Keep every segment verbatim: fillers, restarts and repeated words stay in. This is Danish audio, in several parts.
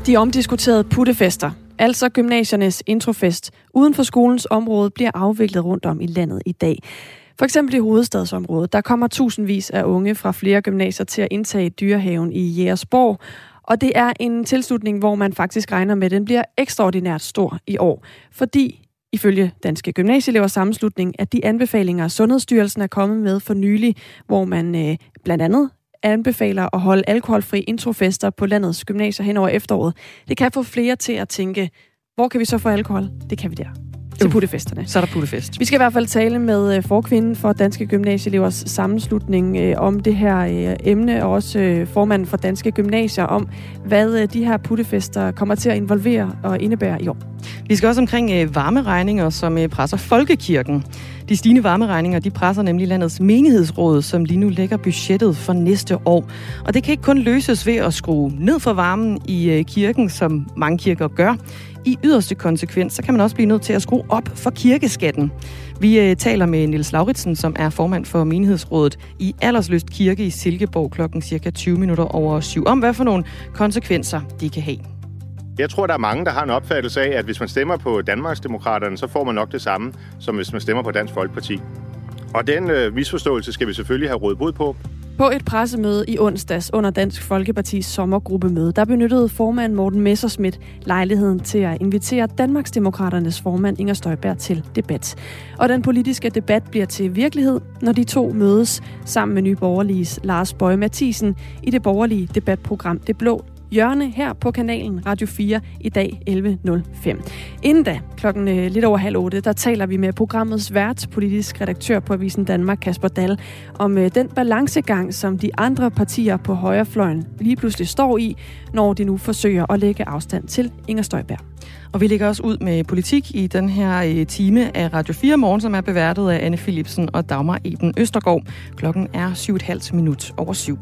De omdiskuterede puttefester, altså gymnasiernes introfest, uden for skolens område, bliver afviklet rundt om i landet i dag. For eksempel i hovedstadsområdet, der kommer tusindvis af unge fra flere gymnasier til at indtage Dyrehaven i Jægersborg. Og det er en tilslutning, hvor man faktisk regner med, at den bliver ekstraordinært stor i år. Fordi, ifølge Danske Gymnasieelevers Sammenslutning, at de anbefalinger, Sundhedsstyrelsen er kommet med for nylig, hvor man øh, blandt andet anbefaler at holde alkoholfri introfester på landets gymnasier hen over efteråret. Det kan få flere til at tænke, hvor kan vi så få alkohol? Det kan vi der. Til puttefesterne. Så er der puttefest. Vi skal i hvert fald tale med forkvinden for Danske Gymnasieelevers Sammenslutning øh, om det her øh, emne, og også øh, formanden for Danske Gymnasier om, hvad øh, de her puttefester kommer til at involvere og indebære i år. Vi skal også omkring øh, varmeregninger, som øh, presser folkekirken. De stigende varmeregninger, de presser nemlig landets menighedsråd, som lige nu lægger budgettet for næste år. Og det kan ikke kun løses ved at skrue ned for varmen i øh, kirken, som mange kirker gør. I yderste konsekvens, så kan man også blive nødt til at skrue op for kirkeskatten. Vi øh, taler med Niels Lauritsen, som er formand for menighedsrådet i Alderslyst Kirke i Silkeborg klokken cirka tyve minutter over syv, om hvad for nogle konsekvenser de kan have. Jeg tror, der er mange, der har en opfattelse af, at hvis man stemmer på Danmarksdemokraterne, så får man nok det samme, som hvis man stemmer på Dansk Folkeparti. Og den øh, misforståelse skal vi selvfølgelig have rådet bod på. På et pressemøde i onsdags under Dansk Folkepartis sommergruppemøde, der benyttede formand Morten Messerschmidt lejligheden til at invitere Danmarksdemokraternes formand Inger Støjberg til debat. Og den politiske debat bliver til virkelighed, når de to mødes sammen med Nye Borgerliges Lars Boje Mathiesen i det borgerlige debatprogram Det Blå Hjørne her på kanalen Radio fire i dag elleve nul fem. Inden da, klokken øh, lidt over halv otte, der taler vi med programmets vært, politisk redaktør på Avisen Danmark, Kasper Dahl, om øh, den balancegang, som de andre partier på højrefløjen lige pludselig står i, når de nu forsøger at lægge afstand til Inger Støjberg. Og vi lægger også ud med politik i den her øh, time af Radio fire Morgen, som er beværtet af Anne Philipsen og Dagmar Eben Østergaard. Klokken er syv og et halvt minut over syv.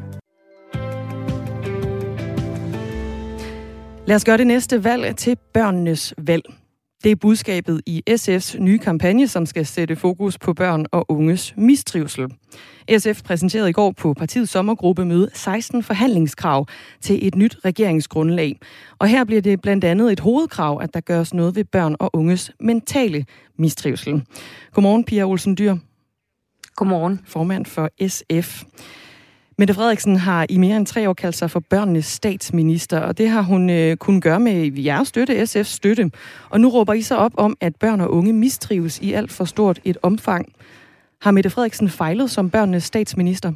Lad os gøre det næste valg til børnenes valg. Det er budskabet i S F's nye kampagne, som skal sætte fokus på børn og unges mistrivsel. S F præsenterede i går på partiets sommergruppemøde seksten forhandlingskrav til et nyt regeringsgrundlag. Og her bliver det blandt andet et hovedkrav, at der gøres noget ved børn og unges mentale mistrivsel. Godmorgen, Pia Olsen Dyhr. Godmorgen. Formand for S F. Mette Frederiksen har i mere end tre år kaldt sig for børnenes statsminister, og det har hun øh, kunnet gøre med jeres støtte, S F's støtte. Og nu råber I så op om, at børn og unge mistrives i alt for stort et omfang. Har Mette Frederiksen fejlet som børnenes statsminister?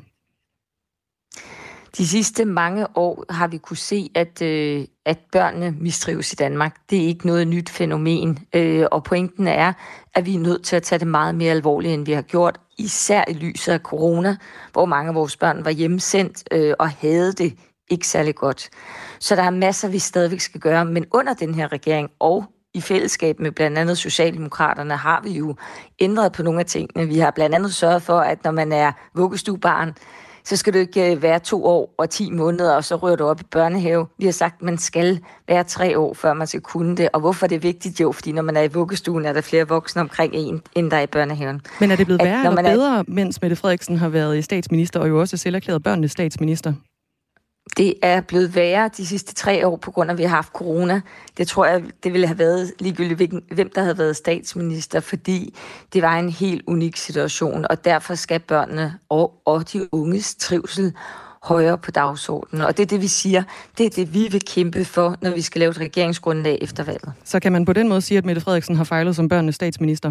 De sidste mange år har vi kunne se, at, øh, at børnene mistrives i Danmark. Det er ikke noget nyt fænomen, øh, og pointen er, at vi er nødt til at tage det meget mere alvorligt, end vi har gjort, især i lyset af corona, hvor mange af vores børn var hjemsendt øh, og havde det ikke særlig godt. Så der er masser, vi stadigvæk skal gøre, men under den her regering og i fællesskab med blandt andet Socialdemokraterne har vi jo ændret på nogle af tingene. Vi har blandt andet sørget for, at når man er vuggestuebarn, så skal du ikke være to år og ti måneder, og så rører du op i børnehave. Vi har sagt, at man skal være tre år, før man skal kunne det. Og hvorfor er det vigtigt? Jo, fordi når man er i vuggestuen, er der flere voksne omkring en, end der er i børnehaven. Men er det blevet værre eller bedre, er... mens Mette Frederiksen har været statsminister, og jo også selv erklæret børnenes statsminister? Det er blevet værre de sidste tre år, på grund af, at vi har haft corona. Det tror jeg, det ville have været ligegyldigt, hvem der havde været statsminister, fordi det var en helt unik situation, og derfor skal børnene og, og de unges trivsel højere på dagsordenen. Og det er det, vi siger, det er det, vi vil kæmpe for, når vi skal lave et regeringsgrundlag efter valget. Så kan man på den måde sige, at Mette Frederiksen har fejlet som børnenes statsminister?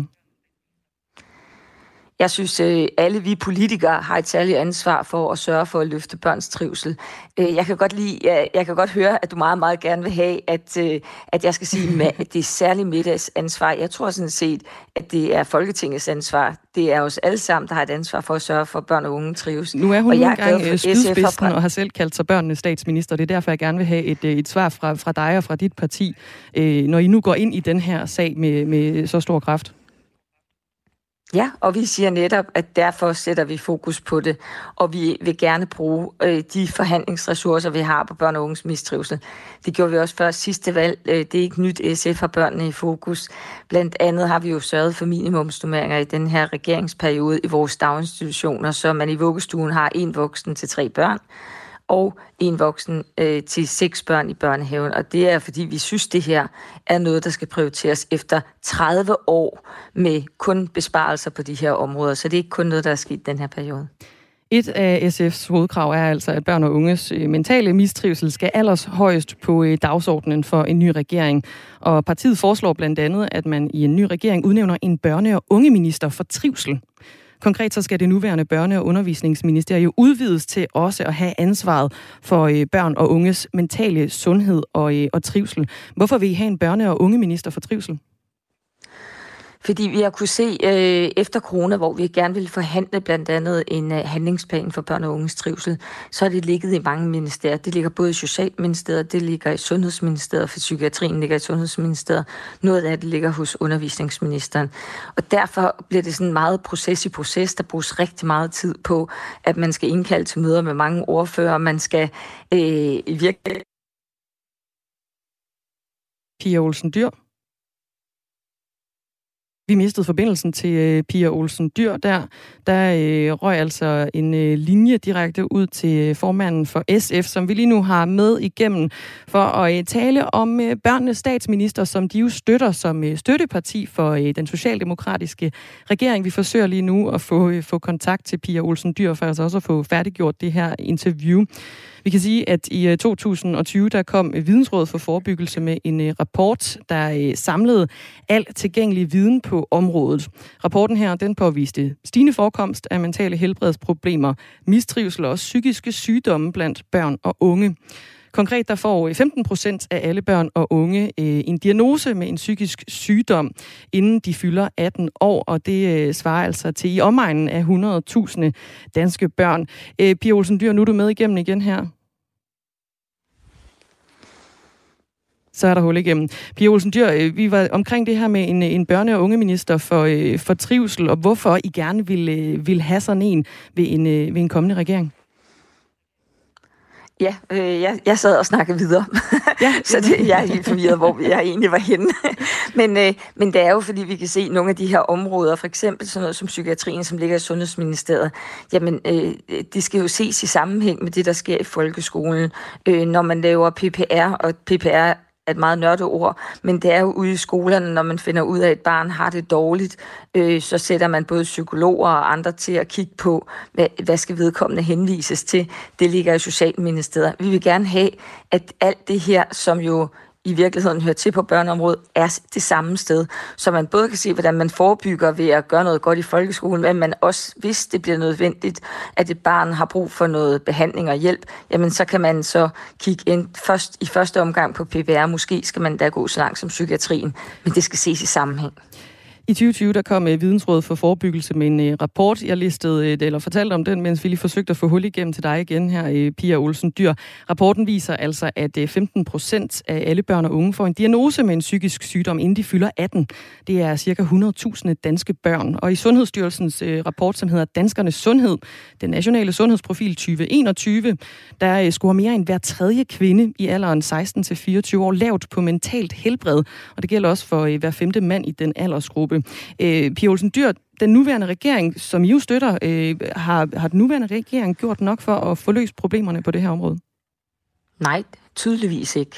Jeg synes, at alle vi politikere har et særligt ansvar for at sørge for at løfte børns trivsel. Jeg kan godt lide, jeg kan godt høre, at du meget, meget gerne vil have, at, at jeg skal sige, at det er særligt Mettes ansvar. Jeg tror sådan set, at det er Folketingets ansvar. Det er os alle sammen, der har et ansvar for at sørge for, at børn og unge trives. Nu er hun nogle gange spydspidsen og har selv kaldt sig børnenes statsminister. Det er derfor, jeg gerne vil have et, et svar fra, fra dig og fra dit parti, når I nu går ind i den her sag med, med så stor kraft. Ja, og vi siger netop, at derfor sætter vi fokus på det, og vi vil gerne bruge øh, de forhandlingsressourcer, vi har på børn og unges mistrivsel. Det gjorde vi også før sidste valg. Det er ikke nyt, S F har børnene i fokus. Blandt andet har vi jo sørget for minimumsnormeringer i den her regeringsperiode i vores daginstitutioner, så man i vuggestuen har en voksen til tre børn. og en voksen øh, til seks børn i børnehaven. Og det er, fordi vi synes, det her er noget, der skal prioriteres efter tredive år med kun besparelser på de her områder. Så det er ikke kun noget, der er sket i den her periode. Et af S F's hovedkrav er altså, at børn og unges mentale mistrivsel skal allerhøjest på dagsordenen for en ny regering. Og partiet foreslår blandt andet, at man i en ny regering udnævner en børne- og ungeminister for trivsel. Konkret så skal det nuværende børne- og undervisningsministerium udvides til også at have ansvaret for børn og unges mentale sundhed og, og trivsel. Hvorfor vil I have en børne- og ungeminister for trivsel? Fordi vi har kunne se øh, efter corona, hvor vi gerne ville forhandle blandt andet en øh, handlingsplan for børn og unges trivsel, så har det ligget i mange ministerier. Det ligger både i Socialministeriet, det ligger i Sundhedsministeriet, for psykiatrien ligger i Sundhedsministeriet. Noget af det ligger hos undervisningsministeren. Og derfor bliver det sådan en meget proces i proces. Der bruges rigtig meget tid på, at man skal indkalde til møder med mange ordfører. Man skal øh, virke... Pia Olsen Dyhr. Vi mistede forbindelsen til øh, Pia Olsen Dyhr der. Der øh, røg altså en øh, linje direkte ud til formanden for S F, som vi lige nu har med igennem for at øh, tale om øh, børnenes statsminister, som de jo støtter som øh, støtteparti for øh, den socialdemokratiske regering. Vi forsøger lige nu at få, øh, få kontakt til Pia Olsen Dyhr, for altså også at få færdiggjort det her interview. Vi kan sige, at i to tusind og tyve, der kom Vidensrådet for Forebyggelse med en rapport, der samlede al tilgængelig viden på området. Rapporten her, den påviste stigende forekomst af mentale helbredsproblemer, mistrivsel og også psykiske sygdomme blandt børn og unge. Konkret der får femten procent af alle børn og unge en diagnose med en psykisk sygdom, inden de fylder atten år, og det svarer altså til i omegnen af hundrede tusind danske børn. Pia Olsen Dyhr, nu er du med igennem igen her. Så er der hul igennem. Pia Olsen Dyhr, vi var omkring det her med en, en børne- og ungeminister for, for trivsel, og hvorfor I gerne vil, vil have sådan en ved en, ved en kommende regering. Ja, øh, jeg, jeg sad og snakkede videre, ja. Så det, jeg er helt forvirret, hvor jeg egentlig var henne. men, øh, men det er jo, fordi vi kan se nogle af de her områder, for eksempel sådan noget som psykiatrien, som ligger i Sundhedsministeriet, jamen, øh, det skal jo ses i sammenhæng med det, der sker i folkeskolen, øh, når man laver P P R, og P P R er et meget nørdet ord, men det er jo ude i skolerne, når man finder ud af, at et barn har det dårligt, øh, så sætter man både psykologer og andre til at kigge på, hvad, hvad skal vedkommende henvises til. Det ligger i Socialministeriet. Vi vil gerne have, at alt det her, som jo i virkeligheden hører til på børneområdet, er det samme sted. Så man både kan se, hvordan man forebygger ved at gøre noget godt i folkeskolen, men man også, hvis det bliver nødvendigt, at et barn har brug for noget behandling og hjælp, jamen så kan man så kigge ind først, i første omgang på P P R. Måske skal man da gå så langt som psykiatrien, men det skal ses i sammenhæng. I tyve tyve der kom Vidensrådet for Forebyggelse med en rapport. Jeg listede eller fortalte om den, mens vi lige forsøgte at få hul igennem til dig igen her, Pia Olsen Dyhr. Rapporten viser altså, at femten procent af alle børn og unge får en diagnose med en psykisk sygdom, inden de fylder atten. Det er cirka hundrede tusind danske børn. Og i Sundhedsstyrelsens rapport, som hedder Danskernes Sundhed, den nationale sundhedsprofil tyve enogtyve, der scorer mere end hver tredje kvinde i alderen seksten til fireogtyve år lavt på mentalt helbred. Og det gælder også for hver femte mand i den aldersgruppe. Øh, Pia Olsen Dyhr, den nuværende regering, som I jo støtter, øh, har, har den nuværende regering gjort nok for at få løst problemerne på det her område? Nej, tydeligvis ikke.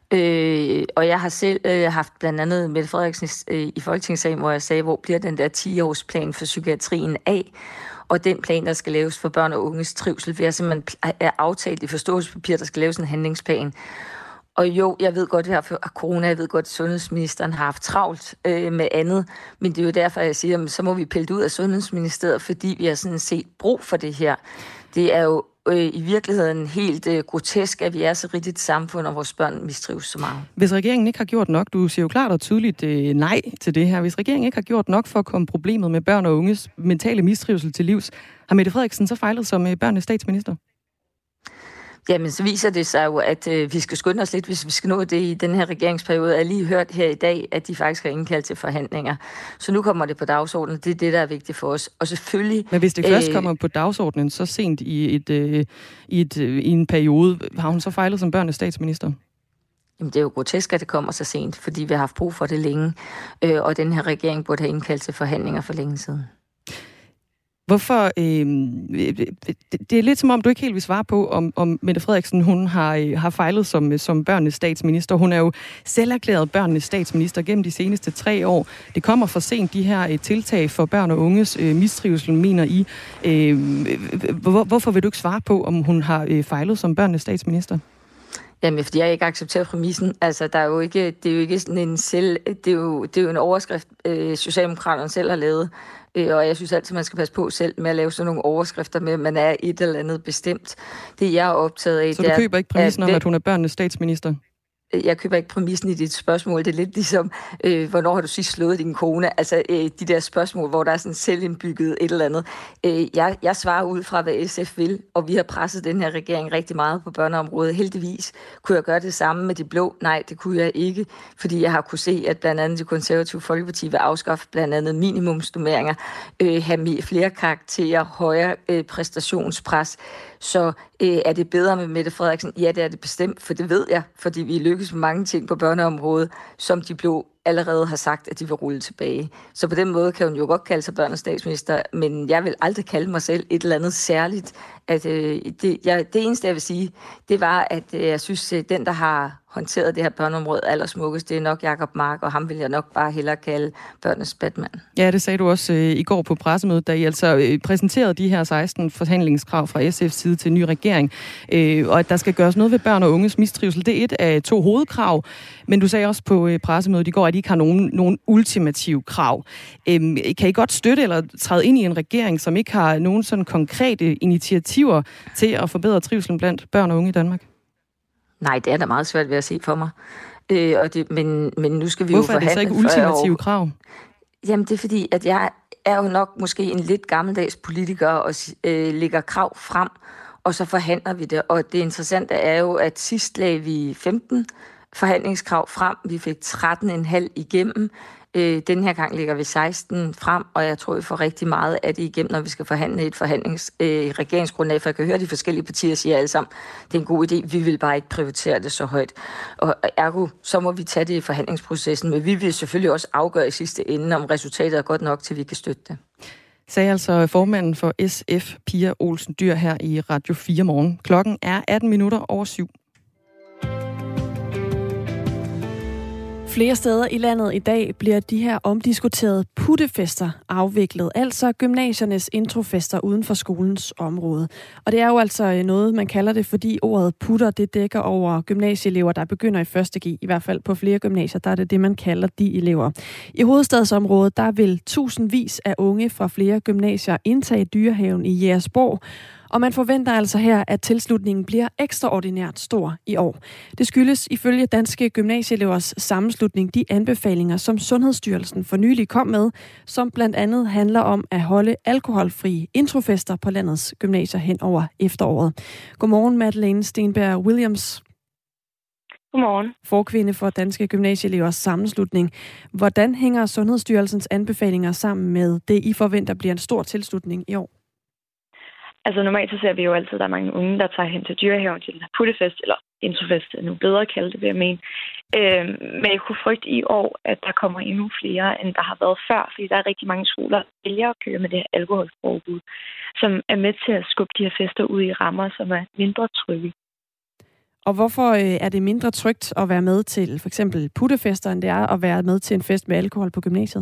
Øh, og jeg har selv øh, haft blandt andet Mette Frederiksen øh, i Folketingssalen, hvor jeg sagde, hvor bliver den der ti-årsplan for psykiatrien af? Og den plan, der skal laves for børn og unges trivsel, vi har simpelthen er aftalt i forståelsespapir, der skal laves en handlingsplan. Og jo, jeg ved godt, at corona, jeg ved godt, at sundhedsministeren har haft travlt øh, med andet, men det er jo derfor, jeg siger, at så må vi pille det ud af Sundhedsministeriet, fordi vi har sådan set brug for det her. Det er jo øh, i virkeligheden helt øh, grotesk, at vi er så rigt et samfund, og vores børn mistrives så meget. Hvis regeringen ikke har gjort nok, du siger jo klart og tydeligt øh, nej til det her, hvis regeringen ikke har gjort nok for at komme problemet med børn og unges mentale mistrivsel til livs, har Mette Frederiksen så fejlet som øh, børnenes statsminister? Jamen, så viser det sig jo, at øh, vi skal skynde os lidt, hvis vi skal nå det i den her regeringsperiode. Jeg har lige hørt her i dag, at de faktisk har indkaldt til forhandlinger. Så nu kommer det på dagsordenen. Det er det, der er vigtigt for os. Og selvfølgelig... Men hvis det øh, først kommer på dagsordenen så sent i, et, øh, i, et, øh, i en periode, har hun så fejlet som børnenes statsminister? Jamen, det er jo grotesk, at det kommer så sent, fordi vi har haft brug for det længe. Øh, og den her regering burde have indkaldt til forhandlinger for længe siden. Hvorfor, øh, det, det er lidt som om, du ikke helt vil svare på, om, om Mette Frederiksen, hun har, har fejlet som, som børnenes statsminister. Hun er jo selv erklæret børnenes statsminister gennem de seneste tre år. Det kommer for sent, de her tiltag for børn og unges øh, mistrivsel, mener I. Øh, hvor, hvorfor vil du ikke svare på, om hun har øh, fejlet som børnenes statsminister? Jamen, fordi jeg ikke accepterer præmissen. Altså, der er jo ikke, det er jo ikke sådan en selv, det er jo, det er jo en overskrift, øh, Socialdemokraterne selv har lavet. Øh, og jeg synes altid, man skal passe på selv med at lave sådan nogle overskrifter med, at man er et eller andet bestemt. Det jeg er optaget af... Så du køber ikke præmissen om, at hun er børnenes statsminister? Jeg køber ikke præmissen i dit spørgsmål. Det er lidt ligesom, øh, hvornår har du sidst slået din kone? Altså øh, de der spørgsmål, hvor der er sådan selvindbygget et eller andet. Øh, jeg, jeg svarer ud fra, hvad S F vil, og vi har presset den her regering rigtig meget på børneområdet. Heldigvis kunne jeg gøre det samme med de blå. Nej, det kunne jeg ikke, fordi jeg har kunne se, at blandt andet det konservative Folkeparti vil afskaffe blandt andet minimumsnummeringer, øh, have flere karakterer, højere øh, præstationspres. Så øh, er det bedre med Mette Frederiksen? Ja, det er det bestemt, for det ved jeg, fordi vi lykkes med mange ting på børneområdet, som de blå allerede har sagt, at de vil rulle tilbage. Så på den måde kan hun jo godt kalde sig børnenes statsminister, men jeg vil aldrig kalde mig selv et eller andet særligt. At, øh, det, jeg, det eneste, jeg vil sige, det var, at øh, jeg synes, at den, der har håndteret det her børneområde allersmukkest, det er nok Jacob Mark, og ham vil jeg nok bare hellere kalde børnenes Batman. Ja, det sagde du også øh, i går på pressemødet, da I altså øh, præsenterede de her seksten forhandlingskrav fra S F's side til en ny regering, øh, og at der skal gøres noget ved børn og unges mistrivsel. Det er et af to hovedkrav, men du sagde også på øh, pressemødet i går, at I ikke har nogen, nogen ultimative krav. Øh, kan I godt støtte eller træde ind i en regering, som ikke har nogen sådan konkrete initiativer til at forbedre trivselen blandt børn og unge i Danmark? Nej, det er da meget svært ved at se for mig. Øh, og det, men, men nu skal vi Hvorfor jo forhandle... Hvorfor er det så ikke ultimative krav? Jamen, det er fordi, at jeg er jo nok måske en lidt gammeldags politiker og øh, lægger krav frem, og så forhandler vi det. Og det interessante er jo, at sidst lagde vi femten forhandlingskrav frem. Vi fik tretten komma fem igennem. Øh, den her gang ligger vi seksten frem, og jeg tror, vi får rigtig meget af det igennem, når vi skal forhandle et forhandlings, øh, regeringsgrundlag, for jeg kan høre, at de forskellige partier siger alle sammen, det er en god idé, vi vil bare ikke prioritere det så højt. Og ergo, så må vi tage det i forhandlingsprocessen, men vi vil selvfølgelig også afgøre i sidste ende, om resultatet er godt nok, til vi kan støtte det. Sagde altså formanden for S F, Pia Olsen Dyhr, her i Radio fire morgen. Klokken er atten minutter over syv. Flere steder i landet i dag bliver de her omdiskuterede puttefester afviklet, altså gymnasiernes introfester uden for skolens område. Og det er jo altså noget, man kalder det, fordi ordet putter, det dækker over gymnasieelever, der begynder i første G. I hvert fald på flere gymnasier, der er det det, man kalder de elever. I hovedstadsområdet, der vil tusindvis af unge fra flere gymnasier indtage Dyrehaven i Jægersborg. Og man forventer altså her, at tilslutningen bliver ekstraordinært stor i år. Det skyldes ifølge Danske Gymnasieelevers Sammenslutning de anbefalinger, som Sundhedsstyrelsen for nylig kom med, som blandt andet handler om at holde alkoholfrie introfester på landets gymnasier hen over efteråret. Godmorgen, Madeleine Stenberg Williams. Godmorgen. Forkvinde for Danske Gymnasieelevers Sammenslutning. Hvordan hænger Sundhedsstyrelsens anbefalinger sammen med det, I forventer bliver en stor tilslutning i år? Altså normalt så ser vi jo altid, at der er mange unge, der tager hen til Dyrehaven til den her puttefest, eller introfest, nu bedre kalde det, vil jeg mene. Øhm, men jeg kunne frygte i år, at der kommer endnu flere, end der har været før, fordi der er rigtig mange skoler, der vælger at køre med det her alkoholforbud, som er med til at skubbe de her fester ud i rammer, som er mindre trygge. Og hvorfor øh, er det mindre trygt at være med til for eksempel puttefester, end det er at være med til en fest med alkohol på gymnasiet?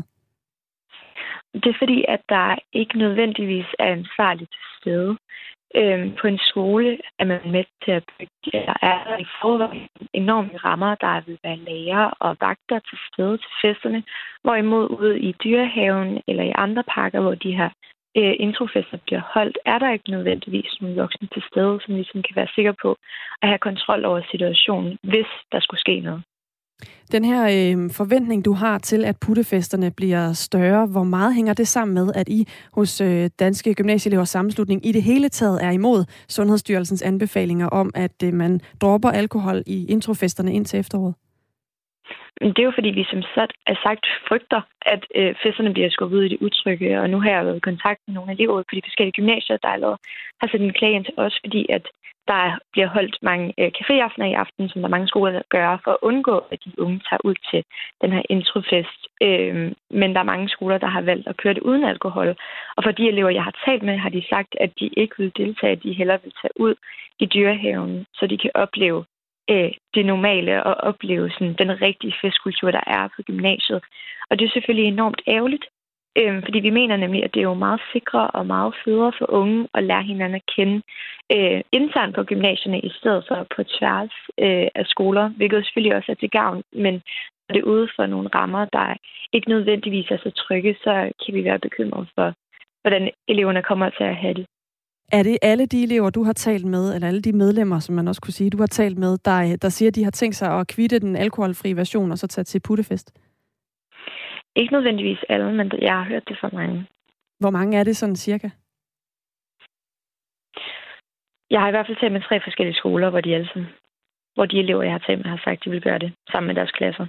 Det er fordi, at der ikke nødvendigvis er ansvarligt til stede. Øhm, på en skole er man med til at bygge, der er i forvejen enorme rammer, der vil være lærere og vagter til stede til festerne, hvorimod ude i Dyrehaven eller i andre parker, hvor de her øh, introfester bliver holdt, er der ikke nødvendigvis nogle voksne til stede, som ligesom kan være sikre på at have kontrol over situationen, hvis der skulle ske noget. Den her øh, forventning, du har til, at puttefesterne bliver større, hvor meget hænger det sammen med, at I hos øh, Danske Gymnasieelevers Sammenslutning i det hele taget er imod Sundhedsstyrelsens anbefalinger om, at øh, man dropper alkohol i introfesterne indtil efteråret? Det er jo fordi, vi som sagt frygter, at øh, festerne bliver skubbet ud i det utrygge, og nu har jeg været i kontakt med nogle af eleverne på de forskellige gymnasier, der allerede har sendt en klage ind til os, fordi at Der bliver holdt mange øh, caféaftener i aften, som der er mange skoler, der gør, for at undgå, at de unge tager ud til den her introfest. Øh, men der er mange skoler, der har valgt at køre det uden alkohol. Og for de elever, jeg har talt med, har de sagt, at de ikke vil deltage, at de hellere vil tage ud i Dyrehaven, så de kan opleve øh, det normale og opleve sådan, den rigtige festkultur, der er på gymnasiet. Og det er selvfølgelig enormt ærgerligt, øh, fordi vi mener nemlig, at det er jo meget sikre og meget federe for unge at lære hinanden at kende øh, internt på gymnasierne, i stedet for på tværs øh, af skoler, hvilket selvfølgelig også er til gavn, men når det er ude for nogle rammer, der ikke nødvendigvis er så trygge, så kan vi være bekymret for, hvordan eleverne kommer til at have det. Er det alle de elever, du har talt med, eller alle de medlemmer, som man også kunne sige, du har talt med, der, der siger, at de har tænkt sig at kvitte den alkoholfri version og så tage til puttefest? Ikke nødvendigvis alle, men jeg har hørt det fra mange. Hvor mange er det sådan cirka? Jeg har i hvert fald talt med tre forskellige skoler, hvor de, altså, hvor de elever, jeg har talt med, har sagt, at de vil gøre det sammen med deres klasser.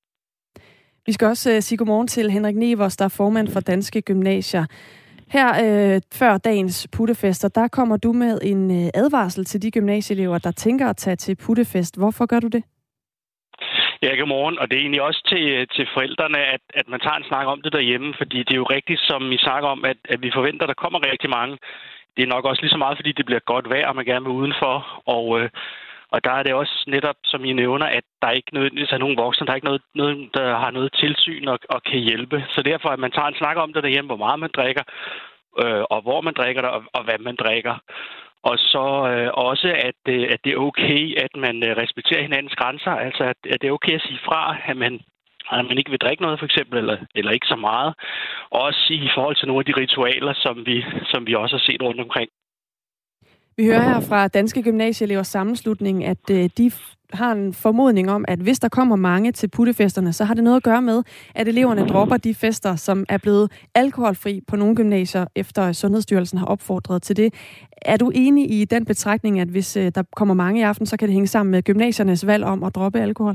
Vi skal også uh, sige godmorgen til Henrik Nevers, der er formand for Danske Gymnasier. Her øh, før dagens puttefester, der kommer du med en øh, advarsel til de gymnasieelever, der tænker at tage til puttefest. Hvorfor gør du det? Ja, godmorgen. Og det er egentlig også til, til forældrene, at, at man tager en snak om det derhjemme, fordi det er jo rigtigt, som I snakker om, at, at vi forventer, at der kommer rigtig mange. Det er nok også lige så meget, fordi det bliver godt vejr, og man gerne vil udenfor. Og, øh, og der er det også netop, som I nævner, at der ikke nødvendigvis er nogen voksne, der er ikke noget, noget, der har noget tilsyn og, og kan hjælpe. Så derfor, at man tager en snak om det derhjemme, hvor meget man drikker, øh, og hvor man drikker det, og, og hvad man drikker. Og så øh, også, at, øh, at det er okay, at man øh, respekterer hinandens grænser. Altså, at, at det er okay at sige fra, at man, at man ikke vil drikke noget, for eksempel, eller, eller ikke så meget. Også i forhold til nogle af de ritualer, som vi, som vi også har set rundt omkring. Vi hører her fra Danske Gymnasieelevers Sammenslutning, at øh, de har en formodning om, at hvis der kommer mange til puttefesterne, så har det noget at gøre med, at eleverne dropper de fester, som er blevet alkoholfri på nogle gymnasier, efter Sundhedsstyrelsen har opfordret til det. Er du enig i den betragtning, at hvis øh, der kommer mange i aften, så kan det hænge sammen med gymnasiernes valg om at droppe alkohol?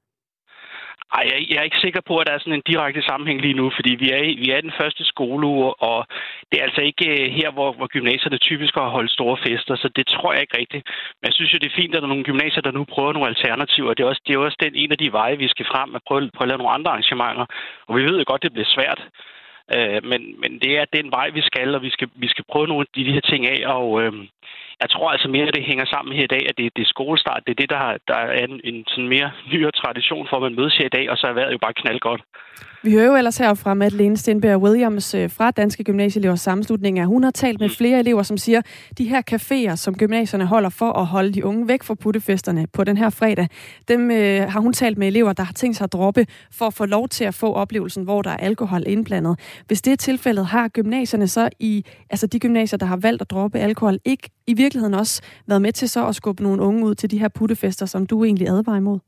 Ej, jeg er ikke sikker på, at der er sådan en direkte sammenhæng lige nu, fordi vi er i, vi er i den første skoleuge, og det er altså ikke her, hvor, hvor gymnasierne typisk har holdt store fester, så det tror jeg ikke rigtigt. Men jeg synes jo, det er fint, at der er nogle gymnasier, der nu prøver nogle alternativer. Det er også, det er også den, en af de veje, vi skal frem at prøve, prøve at lave nogle andre arrangementer. Og vi ved jo godt, det bliver svært. Øh, men, men det er den vej, vi skal, og vi skal, vi skal prøve nogle af de, de her ting af, og øh, jeg tror altså mere, at det hænger sammen her i dag, at det, det er skolestart. Det er det, der, har, der er en, en sådan mere nyere tradition for, at man mødes her i dag, og så er vejret jo bare knaldgodt. Vi hører jo ellers her fra Madeleine Stenberg Williams fra Danske Gymnasieelevers Sammenslutning, at hun har talt med flere elever, som siger, at de her caféer, som gymnasierne holder for at holde de unge væk fra puttefesterne på den her fredag, dem øh, har hun talt med elever, der har tænkt sig at droppe for at få lov til at få oplevelsen, hvor der er alkohol indblandet. Hvis det er tilfældet, har gymnasierne så i, altså de gymnasier, der har valgt at droppe alkohol, ikke i virkeligheden også været med til så at skubbe nogle unge ud til de her puttefester, som du egentlig advarer imod?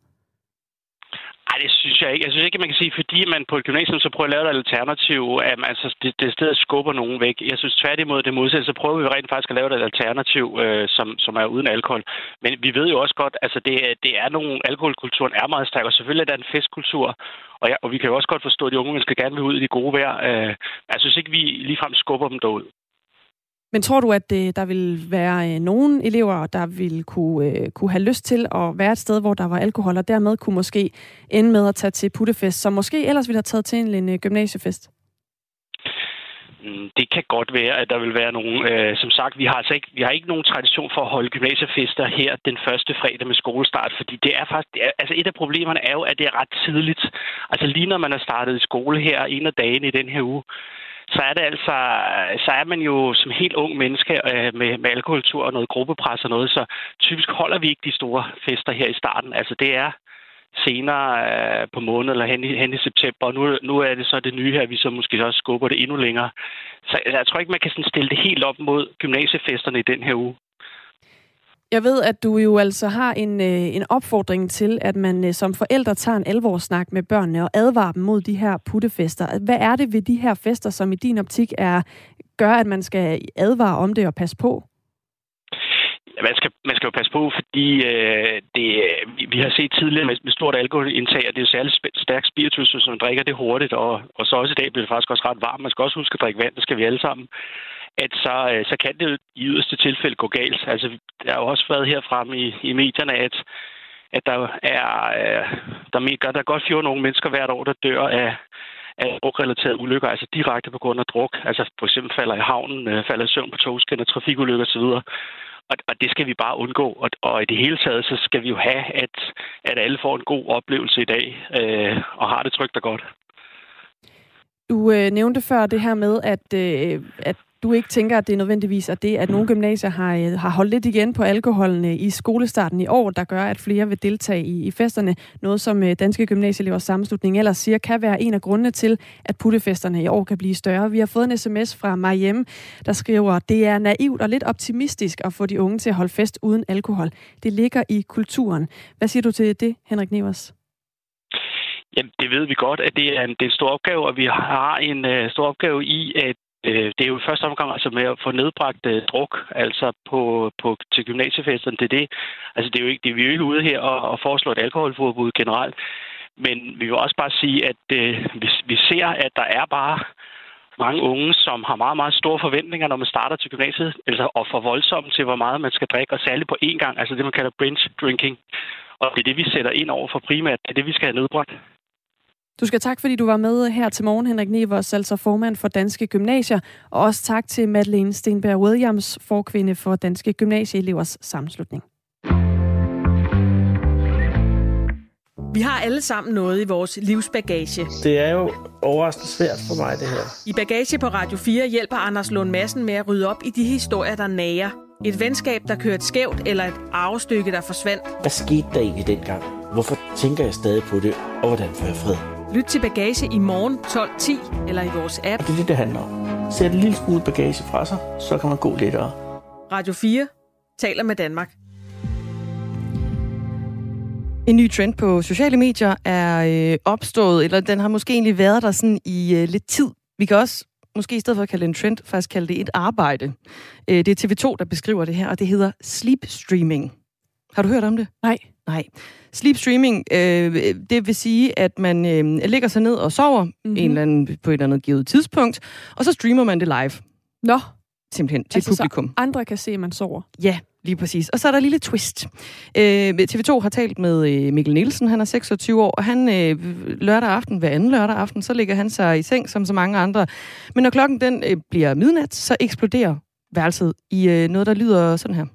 Nej, det synes jeg ikke. Jeg synes ikke, man kan sige, fordi man på et gymnasium så prøver at lave et alternativ, at man altså det, det stedet skubber nogen væk. Jeg synes tværtimod det modsatte, så prøver vi rent faktisk at lave et alternativ, øh, som, som er uden alkohol. Men vi ved jo også godt, altså det, det er nogle, alkoholkulturen er meget stærk, og selvfølgelig er der en festkultur, og, ja, og vi kan jo også godt forstå, at de unge mennesker gerne vil ud i det gode vejr. Øh, jeg synes ikke, vi ligefrem skubber dem derud. Men tror du, at det, der vil være øh, nogle elever, der vil kunne, øh, kunne have lyst til at være et sted, hvor der var alkohol, og dermed kunne måske ende med at tage til puttefest, som måske ellers ville have taget til en, en øh, gymnasiefest? Det kan godt være, at der vil være nogen. Øh, som sagt, vi har altså ikke, vi har ikke nogen tradition for at holde gymnasiefester her den første fredag med skolestart, fordi det er faktisk, det er, altså et af problemerne er jo, at det er ret tidligt. Altså lige når man er startet i skole her en af dagene i den her uge, så er det altså, så er man jo som helt ung menneske øh, med, med alkoholkultur og noget gruppepres og noget, så typisk holder vi ikke de store fester her i starten. Altså det er senere øh, på måneden eller hen i, hen i september, og nu, nu er det så det nye her, at vi så måske også skubber det endnu længere. Så altså, jeg tror ikke, man kan sådan stille det helt op mod gymnasiefesterne i den her uge. Jeg ved, at du jo altså har en, øh, en opfordring til, at man øh, som forældre tager en alvorssnak med børnene og advarer dem mod de her puttefester. Hvad er det ved de her fester, som i din optik er, gør, at man skal advare om det og passe på? Man skal, man skal jo passe på, fordi øh, det, vi har set tidligere med, med stort alkoholindtag, og det er jo særligt stærkt spiritus, så man drikker det hurtigt, og, og så også i dag bliver det faktisk også ret varmt. Man skal også huske at drikke vand, det skal vi alle sammen. at så, så kan det i yderste tilfælde gå galt. Altså, der har jo også været her fremme i, i medierne, at, at der er der, der, der er godt fjorten unge mennesker hvert år, der dør af, af druk-relaterede ulykker, altså direkte på grund af druk. Altså for eksempel falder i havnen, falder i søvn på togskinner, trafikulykker osv., Og, og det skal vi bare undgå. Og, og i det hele taget, så skal vi jo have, at, at alle får en god oplevelse i dag, øh, og har det trygt og godt. Du øh, nævnte før det her med, at, øh, at du ikke tænker, at det er nødvendigvis at det, at nogle gymnasier har, øh, har holdt lidt igen på alkoholen øh, i skolestarten i år, der gør, at flere vil deltage i, i festerne. Noget, som øh, Danske Gymnasieelevers Sammenslutning ellers siger, kan være en af grundene til, at puttefesterne i år kan blive større. Vi har fået en sms fra Mariem, der skriver, det er naivt og lidt optimistisk at få de unge til at holde fest uden alkohol. Det ligger i kulturen. Hvad siger du til det, Henrik Nevers? Jamen, det ved vi godt, at det er en, det er en stor opgave, og vi har en uh, stor opgave i, at uh, det er jo i første omgang altså med at få nedbragt uh, druk, altså på, på, til gymnasiefesterne. Det er det. Altså, det er jo ikke, det er vi jo ikke ude her og, og foreslå et alkoholforbud generelt, men vi vil også bare sige, at uh, vi, vi ser, at der er bare mange unge, som har meget, meget store forventninger, når man starter til gymnasiet, altså og for voldsomt til, hvor meget man skal drikke, og særligt på én gang, altså det, man kalder binge drinking. Og det er det, vi sætter ind over for primært. Det er det, vi skal have nedbragt. Du skal tak, fordi du var med her til morgen, Henrik Nevers, altså formand for Danske Gymnasier. Og også tak til Madeleine Stenberg Williams, forkvinde for Danske Gymnasieelevers Sammenslutning. Vi har alle sammen noget i vores livsbagage. Det er jo overraskende svært for mig, det her. I Bagage på Radio fire hjælper Anders Lund Madsen med at rydde op i de historier, der nager. Et venskab, der kørte skævt, eller et arvestykke, der forsvandt. Hvad skete der egentlig dengang? Hvorfor tænker jeg stadig på det, og hvordan får jeg fred? Lyt til Bagage i morgen tolv ti eller i vores app. Og det er det, det handler om. Sæt en lille smule bagage fra sig, så kan man gå lettere. Radio fire taler med Danmark. En ny trend på sociale medier er øh, opstået, eller den har måske egentlig været der sådan i øh, lidt tid. Vi kan også, måske i stedet for at kalde det en trend, faktisk kalde det et arbejde. Øh, det er T V to, der beskriver det her, og det hedder sleep streaming. Har du hørt om det? Nej. Nej. Sleep streaming, øh, det vil sige, at man øh, lægger sig ned og sover mm-hmm. en eller anden, på et eller andet givet tidspunkt, og så streamer man det live. Nå. Simpelthen til altså, publikum. Så andre kan se, at man sover. Ja, lige præcis. Og så er der et lille twist. Øh, T V to har talt med øh, Mikkel Nielsen, han er seksogtyve år, og han øh, lørdag aften, hver anden lørdag aften, så ligger han sig i seng som så mange andre. Men når klokken den øh, bliver midnat, så eksploderer værelset i øh, noget, der lyder sådan her.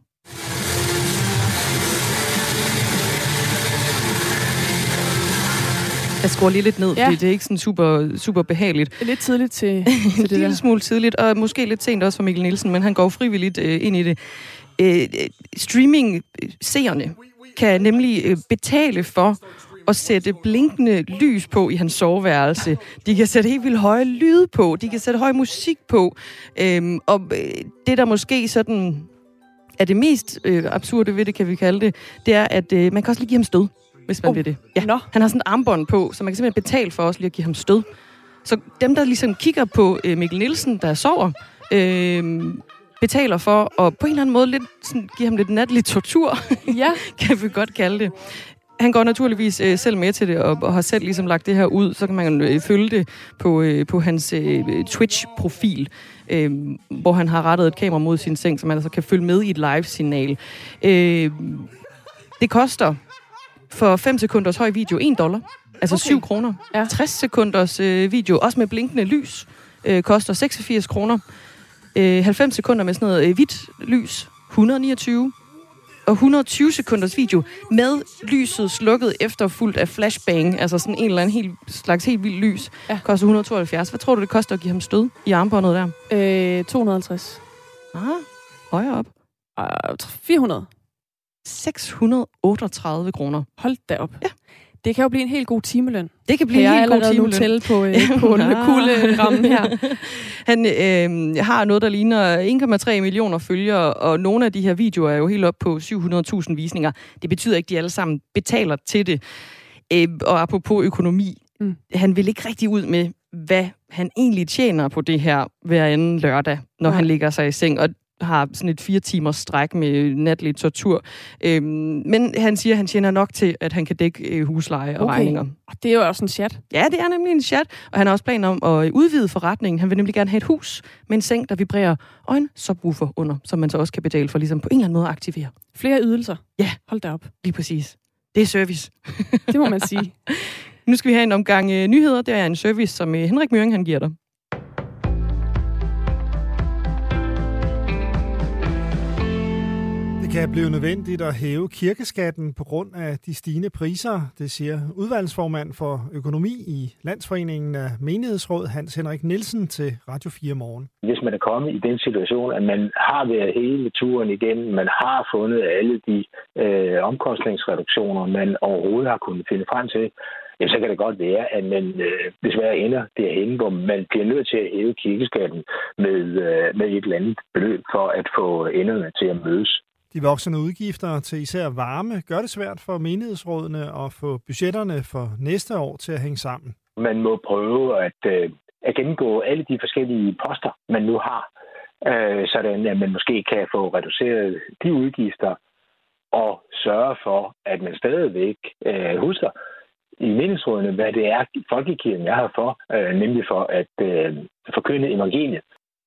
Jeg skruer lige lidt ned, ja. Fordi det er ikke sådan super, super behageligt. Det er lidt tidligt til, til det der. En lille smule tidligt, og måske lidt sent også for Mikkel Nielsen, men han går frivilligt øh, ind i det. Øh, Streaming-seerne kan nemlig øh, betale for at sætte blinkende lys på i hans soveværelse. De kan sætte helt vildt høje lyde på. De kan sætte høj musik på. Øhm, og øh, det, der måske sådan er det mest øh, absurde ved det, kan vi kalde det, det er, at øh, man kan også lige give ham stød, hvis man oh. vil det. Ja. Nå. Han har sådan et armbånd på, så man kan simpelthen betale for os lige at give ham stød. Så dem, der ligesom kigger på øh, Mikkel Nielsen, der sover, øh, betaler for at på en eller anden måde lidt, sådan, give ham lidt natlig tortur, ja. kan vi godt kalde det. Han går naturligvis øh, selv med til det, og, og har selv ligesom lagt det her ud, så kan man øh, følge det på, øh, på hans øh, Twitch-profil, øh, hvor han har rettet et kamera mod sin seng, så man altså kan følge med i et live-signal. Øh, det koster for fem sekunders høj video en dollar, altså okay. syv kroner. Ja. tres sekunders øh, video, også med blinkende lys, øh, koster seksogfirs kroner. Øh, halvfems sekunder med sådan noget øh, hvidt lys, et hundrede og niogtyve. Og et hundrede og tyve sekunders video med lyset slukket efterfulgt af flashbang, altså sådan en eller anden helt, slags helt vild lys, ja. Koster et hundrede og tooghalvfjerds. Hvad tror du, det koster at give ham stød i armbåndet der? Øh, to hundrede og halvtreds. Ah, højere op. Uh, fire hundrede. seks hundrede og otteogtredive kroner. Hold da op. Ja. Det kan jo blive en helt god timeløn. Det kan blive en helt god timeløn. Jeg er allerede nu til på, øh, på kulderammen her. Han øh, har noget, der ligner en komma tre millioner følgere, og nogle af de her videoer er jo helt op på syv hundrede tusind visninger. Det betyder ikke, at de alle sammen betaler til det. Øh, og apropos økonomi, mm. han vil ikke rigtig ud med, hvad han egentlig tjener på det her hver anden lørdag, når ja. han ligger sig i seng. Og har sådan et fire timers stræk med natlig tortur. Øhm, men han siger, at han tjener nok til, at han kan dække øh, husleje og okay. regninger. Og det er jo også en chat. Ja, det er nemlig en chat, og han har også planer om at udvide forretningen. Han vil nemlig gerne have et hus med en seng, der vibrerer, og en subwoofer under, som man så også kan betale for ligesom på en eller anden måde at aktivere. Flere ydelser? Ja. Hold da op. Lige præcis. Det er service. Det må man sige. Nu skal vi have en omgang øh, nyheder. Det er en service, som øh, Henrik Møring han giver dig. Det kan blive nødvendigt at hæve kirkeskatten på grund af de stigende priser, det siger udvalgsformand for økonomi i Landsforeningen af Menighedsråd, Hans Henrik Nielsen, til Radio fire Morgen. Hvis man er kommet i den situation, at man har været hele turen igennem, man har fundet alle de øh, omkostningsreduktioner, man overhovedet har kunnet finde frem til, jamen, så kan det godt være, at man øh, desværre ender derhen, hvor man bliver nødt til at hæve kirkeskatten med, øh, med et eller andet beløb for at få enderne til at mødes. De voksende udgifter til især varme gør det svært for menighedsrådene at få budgetterne for næste år til at hænge sammen. Man må prøve at, øh, at gennemgå alle de forskellige poster, man nu har, øh, sådan at man måske kan få reduceret de udgifter og sørge for, at man stadigvæk øh, husker i menighedsrådene, hvad det er, folkekirken er her for, øh, nemlig for at øh, forkynde evangeliet.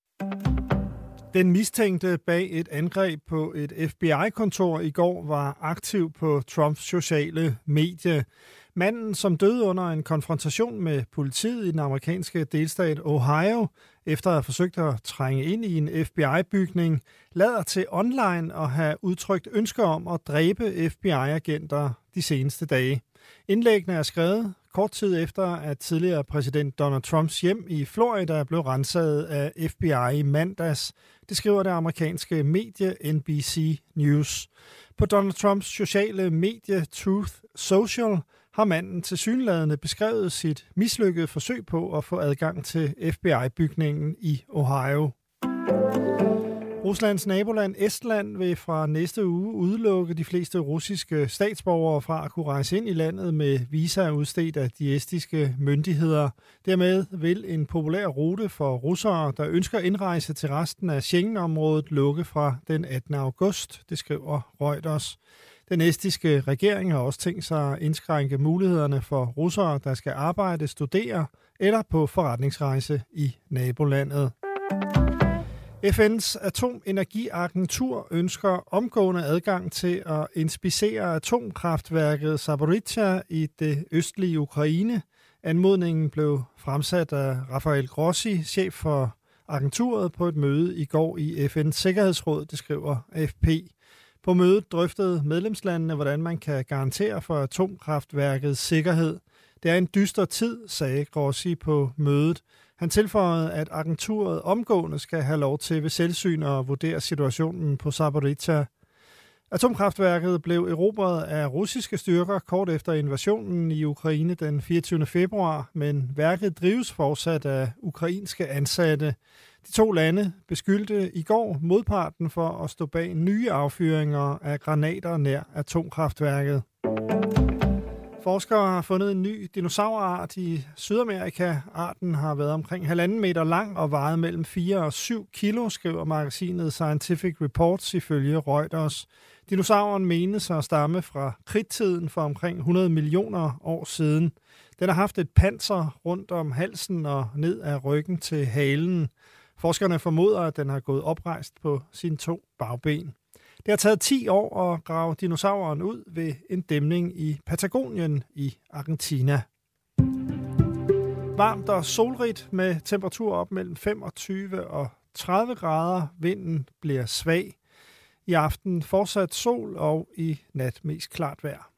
Den mistænkte bag et angreb på et F B I-kontor i går var aktiv på Trumps sociale medie. Manden, som døde under en konfrontation med politiet i den amerikanske delstat Ohio, efter at have forsøgt at trænge ind i en F B I-bygning, lader til online at have udtrykt ønsker om at dræbe F B I-agenter de seneste dage. Indlæggene er skrevet kort tid efter, at tidligere præsident Donald Trumps hjem i Florida blev renset af F B I i mandags. Det skriver det amerikanske medie N B C News. På Donald Trumps sociale medie Truth Social har manden tilsyneladende beskrevet sit mislykkede forsøg på at få adgang til F B I-bygningen i Ohio. Ruslands naboland Estland vil fra næste uge udelukke de fleste russiske statsborgere fra at kunne rejse ind i landet med visa udstedt af de estiske myndigheder. Dermed vil en populær rute for russere, der ønsker indrejse til resten af Schengen-området, lukke fra den attende august, det skriver Reuters. Den estiske regering har også tænkt sig at indskrænke mulighederne for russere, der skal arbejde, studere eller på forretningsrejse i nabolandet. F N's atomenergiagentur ønsker omgående adgang til at inspicere atomkraftværket Zaporizhzhia i det østlige Ukraine. Anmodningen blev fremsat af Rafael Grossi, chef for agenturet, på et møde i går i F N's Sikkerhedsråd, det skriver A F P. På mødet drøftede medlemslandene, hvordan man kan garantere for atomkraftværkets sikkerhed. Det er en dyster tid, sagde Grossi på mødet. Han tilføjede, at agenturet omgående skal have lov til ved selvsyn at vurdere situationen på Zaporizhzhia. Atomkraftværket blev erobret af russiske styrker kort efter invasionen i Ukraine den fireogtyvende februar, men værket drives fortsat af ukrainske ansatte. De to lande beskyldte i går modparten for at stå bag nye affyringer af granater nær atomkraftværket. Forskere har fundet en ny dinosaurart i Sydamerika. Arten har været omkring halvanden meter lang og vejet mellem fire og syv kilo, skriver magasinet Scientific Reports ifølge Reuters. Dinosauren menes at stamme fra kridttiden for omkring hundrede millioner år siden. Den har haft et panser rundt om halsen og ned ad ryggen til halen. Forskerne formoder, at den har gået oprejst på sine to bagben. Det har taget ti år at grave dinosauren ud ved en dæmning i Patagonien i Argentina. Varmt og solrigt med temperatur op mellem femogtyve og tredive grader. Vinden bliver svag. I aften fortsat sol og i nat mest klart vejr.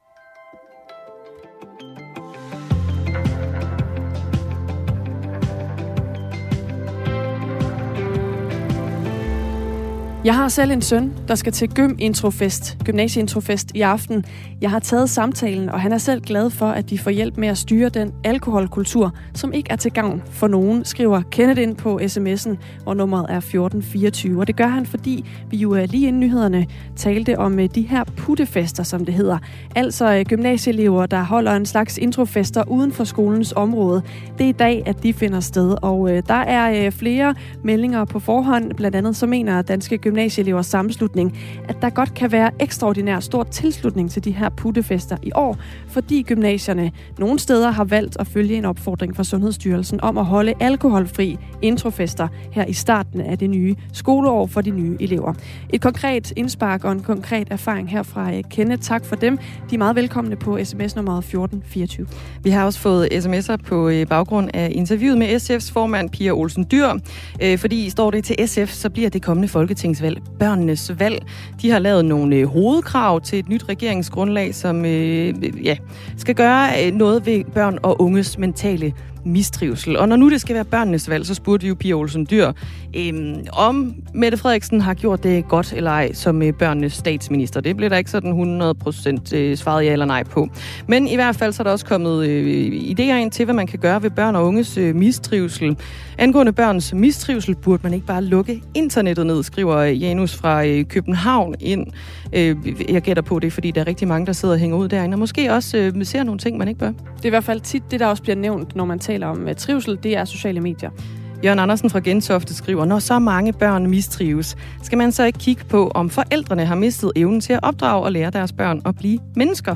Jeg har selv en søn, der skal til gym-introfest, gymnasieintrofest i aften. Jeg har taget samtalen, og han er selv glad for, at de får hjælp med at styre den alkoholkultur, som ikke er til gavn for nogen, skriver Kenneth ind på sms'en, hvor nummeret er fjorten fireogtyve. Og det gør han, fordi vi jo lige inden nyhederne talte om de her puttefester, som det hedder. Altså gymnasieelever, der holder en slags introfester uden for skolens område. Det er i dag, at de finder sted, og der er flere meldinger på forhånd. Blandt andet så mener Danske Gymnasier Gymnasieelevers Sammenslutning, at der godt kan være ekstraordinær stor tilslutning til de her puttefester i år, fordi gymnasierne nogle steder har valgt at følge en opfordring fra Sundhedsstyrelsen om at holde alkoholfri introfester her i starten af det nye skoleår for de nye elever. Et konkret indspark og en konkret erfaring her fra Kenneth. Tak for dem. De er meget velkomne på sms-nummeret fjorten fireogtyve. Vi har også fået sms'er på baggrund af interviewet med S F's formand Pia Olsen Dyhr. Fordi står det til S F, så bliver det kommende folketingsvalg børnenes valg. De har lavet nogle hovedkrav til et nyt regeringsgrundlag, som ja, skal gøre noget ved børn og unges mentale mistrivsel. Og når nu det skal være børnenes valg, så spurgte vi jo Pia Olsen Dyhr, øhm, om Mette Frederiksen har gjort det godt eller ej som øh, børnenes statsminister. Det blev der ikke sådan hundrede procent øh, svaret ja eller nej på. Men i hvert fald så er der også kommet øh, idéer ind til, hvad man kan gøre ved børn og unges øh, mistrivsel. Angående børns mistrivsel burde man ikke bare lukke internettet ned, skriver Janus fra øh, København ind. Øh, jeg gætter på det, fordi der er rigtig mange, der sidder og hænger ud derinde, og måske også øh, ser nogle ting, man ikke bør. Det er i hvert fald tit det, der også bliver nævnt, når man taler om trivsel, det er sociale medier. Jørgen Andersen fra Gentofte skriver, når så mange børn mistrives, skal man så ikke kigge på, om forældrene har mistet evnen til at opdrage og lære deres børn at blive mennesker?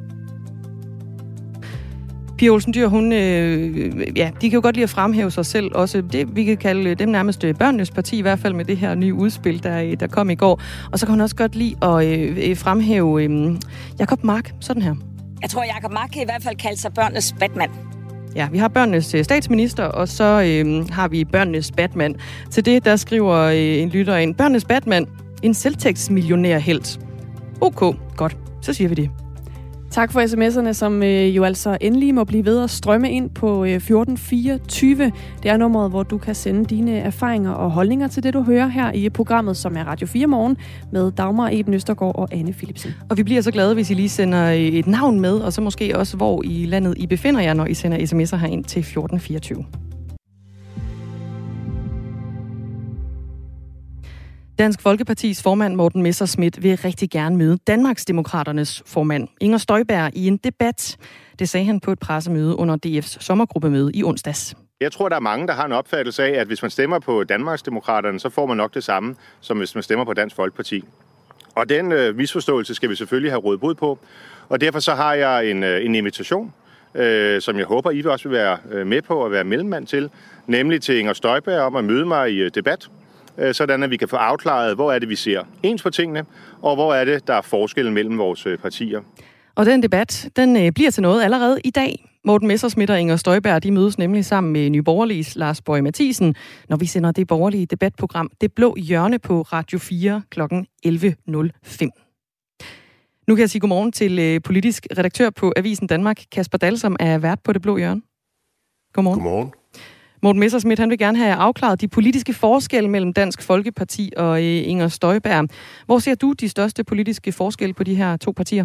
Pia Olsen Dyhr, hun, øh, ja, de kan jo godt lide at fremhæve sig selv. Også det, vi kan kalde dem nærmest børnenes parti, i hvert fald med det her nye udspil, der, der kom i går. Og så kan hun også godt lide at øh, fremhæve øh, Jacob Mark, sådan her. Jeg tror, Jacob Mark kan i hvert fald kalde sig børnenes Batman. Ja, vi har børnenes statsminister, og så øh, har vi børnenes Batman. Til det, der skriver øh, en lytter ind, børnenes Batman, en selvtægtsmillionærhelt. Okay, godt. Så siger vi det. Tak for sms'erne, som øh, jo altså endelig må blive ved at strømme ind på øh, fjorten fireogtyve. Det er nummeret, hvor du kan sende dine erfaringer og holdninger til det, du hører her i programmet, som er Radio fire Morgen, med Dagmar Eben Østergaard og Anne Philipsen. Og vi bliver så glade, hvis I lige sender et navn med, og så måske også, hvor i landet I befinder jer, når I sender sms'er herind til fjorten fireogtyve. Dansk Folkepartis formand Morten Messerschmidt vil rigtig gerne møde Danmarksdemokraternes formand Inger Støjberg i en debat. Det sagde han på et pressemøde under D F's sommergruppemøde i onsdags. Jeg tror, der er mange, der har en opfattelse af, at hvis man stemmer på Danmarksdemokraterne, så får man nok det samme, som hvis man stemmer på Dansk Folkeparti. Og den øh, misforståelse skal vi selvfølgelig have rådet bod på. Og derfor så har jeg en, øh, en invitation, øh, som jeg håber, I vil også vil være øh, med på at være mellemmand til, nemlig til Inger Støjberg om at møde mig i øh, debat, øh, sådan at vi kan få afklaret, hvor er det, vi ser ens på tingene, og hvor er det, der er forskellen mellem vores øh, partier. Og den debat, den øh, bliver til noget allerede i dag. Morten Messerschmidt og Inger Støjberg, de mødes nemlig sammen med Nye Borgerliges Lars Boje Mathiesen, når vi sender det borgerlige debatprogram Det Blå Hjørne på Radio fire klokken elleve nul fem. Nu kan jeg sige godmorgen til øh, politisk redaktør på Avisen Danmark, Kasper Dahl, som er vært på Det Blå Hjørne. Godmorgen. Godmorgen. Morten Messerschmidt, han vil gerne have afklaret de politiske forskelle mellem Dansk Folkeparti og øh, Inger Støjberg. Hvor ser du de største politiske forskelle på de her to partier?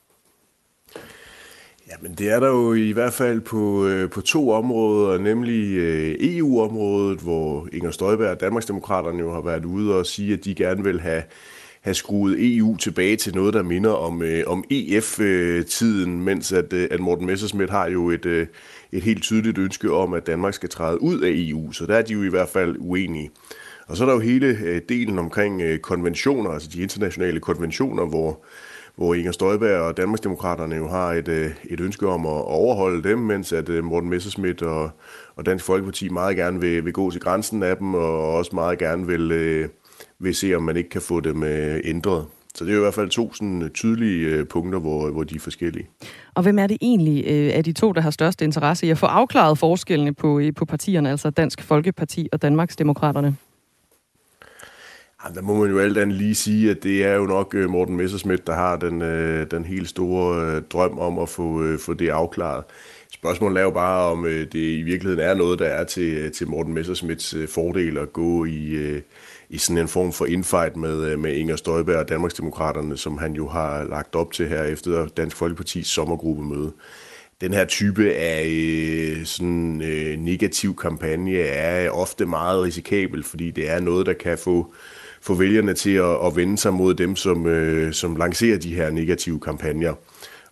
Jamen det er der jo i hvert fald på, øh, på to områder, nemlig øh, E U-området, hvor Inger Støjberg og Danmarksdemokraterne jo har været ude og sige, at de gerne vil have, have skruet E U tilbage til noget, der minder om, øh, om E F-tiden, mens at, øh, at Morten Messerschmidt har jo et, øh, et helt tydeligt ønske om, at Danmark skal træde ud af E U, så der er de jo i hvert fald uenige. Og så er der jo hele øh, delen omkring øh, konventioner, altså de internationale konventioner, hvor hvor Inger Støjberg og Danmarksdemokraterne jo har et, et ønske om at overholde dem, mens at Morten Messerschmidt og, og Dansk Folkeparti meget gerne vil, vil gå til grænsen af dem, og også meget gerne vil, vil se, om man ikke kan få dem ændret. Så det er jo i hvert fald to sådan tydelige punkter, hvor, hvor de er forskellige. Og hvem er det egentlig af de to, der har størst interesse i at få afklaret forskellene på, på partierne, altså Dansk Folkeparti og Danmarksdemokraterne? Der må man jo alt andet lige sige, at det er jo nok Morten Messerschmidt, der har den, den helt store drøm om at få, få det afklaret. Spørgsmålet er jo bare, om det i virkeligheden er noget, der er til, til Morten Messerschmidts fordel at gå i, i sådan en form for infight med, med Inger Støjberg og Danmarksdemokraterne, som han jo har lagt op til her efter Dansk Folkepartis sommergruppemøde. Den her type af øh, sådan øh, negativ kampagne er ofte meget risikabel, fordi det er noget, der kan få få vælgerne til at, at vende sig mod dem, som, øh, som lancerer de her negative kampagner.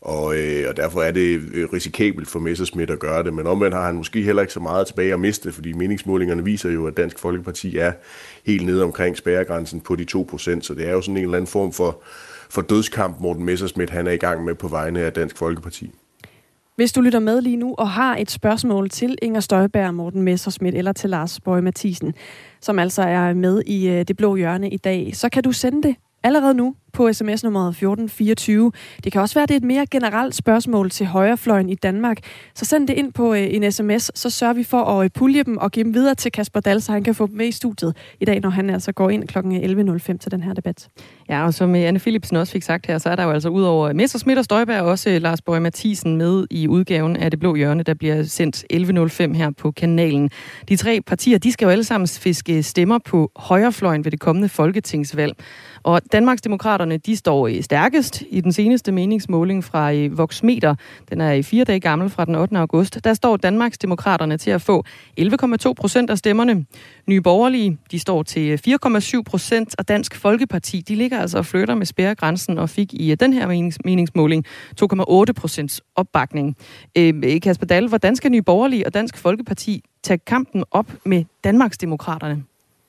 Og, øh, og derfor er det risikabelt for Messerschmidt at gøre det. Men omvendt har han måske heller ikke så meget tilbage at miste, fordi meningsmålingerne viser jo, at Dansk Folkeparti er helt nede omkring spærregrænsen på de to procent. Så det er jo sådan en eller anden form for, for dødskamp, Morten Messerschmidt han er i gang med på vegne af Dansk Folkeparti. Hvis du lytter med lige nu og har et spørgsmål til Inger Støjberg og Morten Messerschmidt eller til Lars Boje Mathiesen, som altså er med i Det Blå Hjørne i dag, så kan du sende det allerede nu på sms-nummeret fjorten fireogtyve. Det kan også være, at det er et mere generelt spørgsmål til højrefløjen i Danmark. Så send det ind på en sms, så sørger vi for at pulje dem og give dem videre til Kasper Dahl, så han kan få dem med i studiet i dag, når han altså går ind klokken elleve nul fem til den her debat. Ja, og som Anne Philipsen også fik sagt her, så er der jo altså ud over Messerschmidt og Støjberg også Lars Boje Mathiesen med i udgaven af Det Blå Hjørne, der bliver sendt elleve nul fem her på kanalen. De tre partier, de skal jo alle sammen fiske stemmer på højrefløjen ved det kommende folketingsvalg. Og Danmarksdemokraterne, de står stærkest i den seneste meningsmåling fra Voxmeter. Den er i fire dage gammel fra den ottende august. Der står Danmarksdemokraterne til at få elleve komma to procent af stemmerne. Nye Borgerlige, de står til fire komma syv procent, og Dansk Folkeparti, de ligger altså og flytter med spærregrænsen og fik i den her menings- meningsmåling to komma otte procent opbakning. Øh, Kasper Dahl, hvordan skal Nye Borgerlige og Dansk Folkeparti tage kampen op med Danmarksdemokraterne?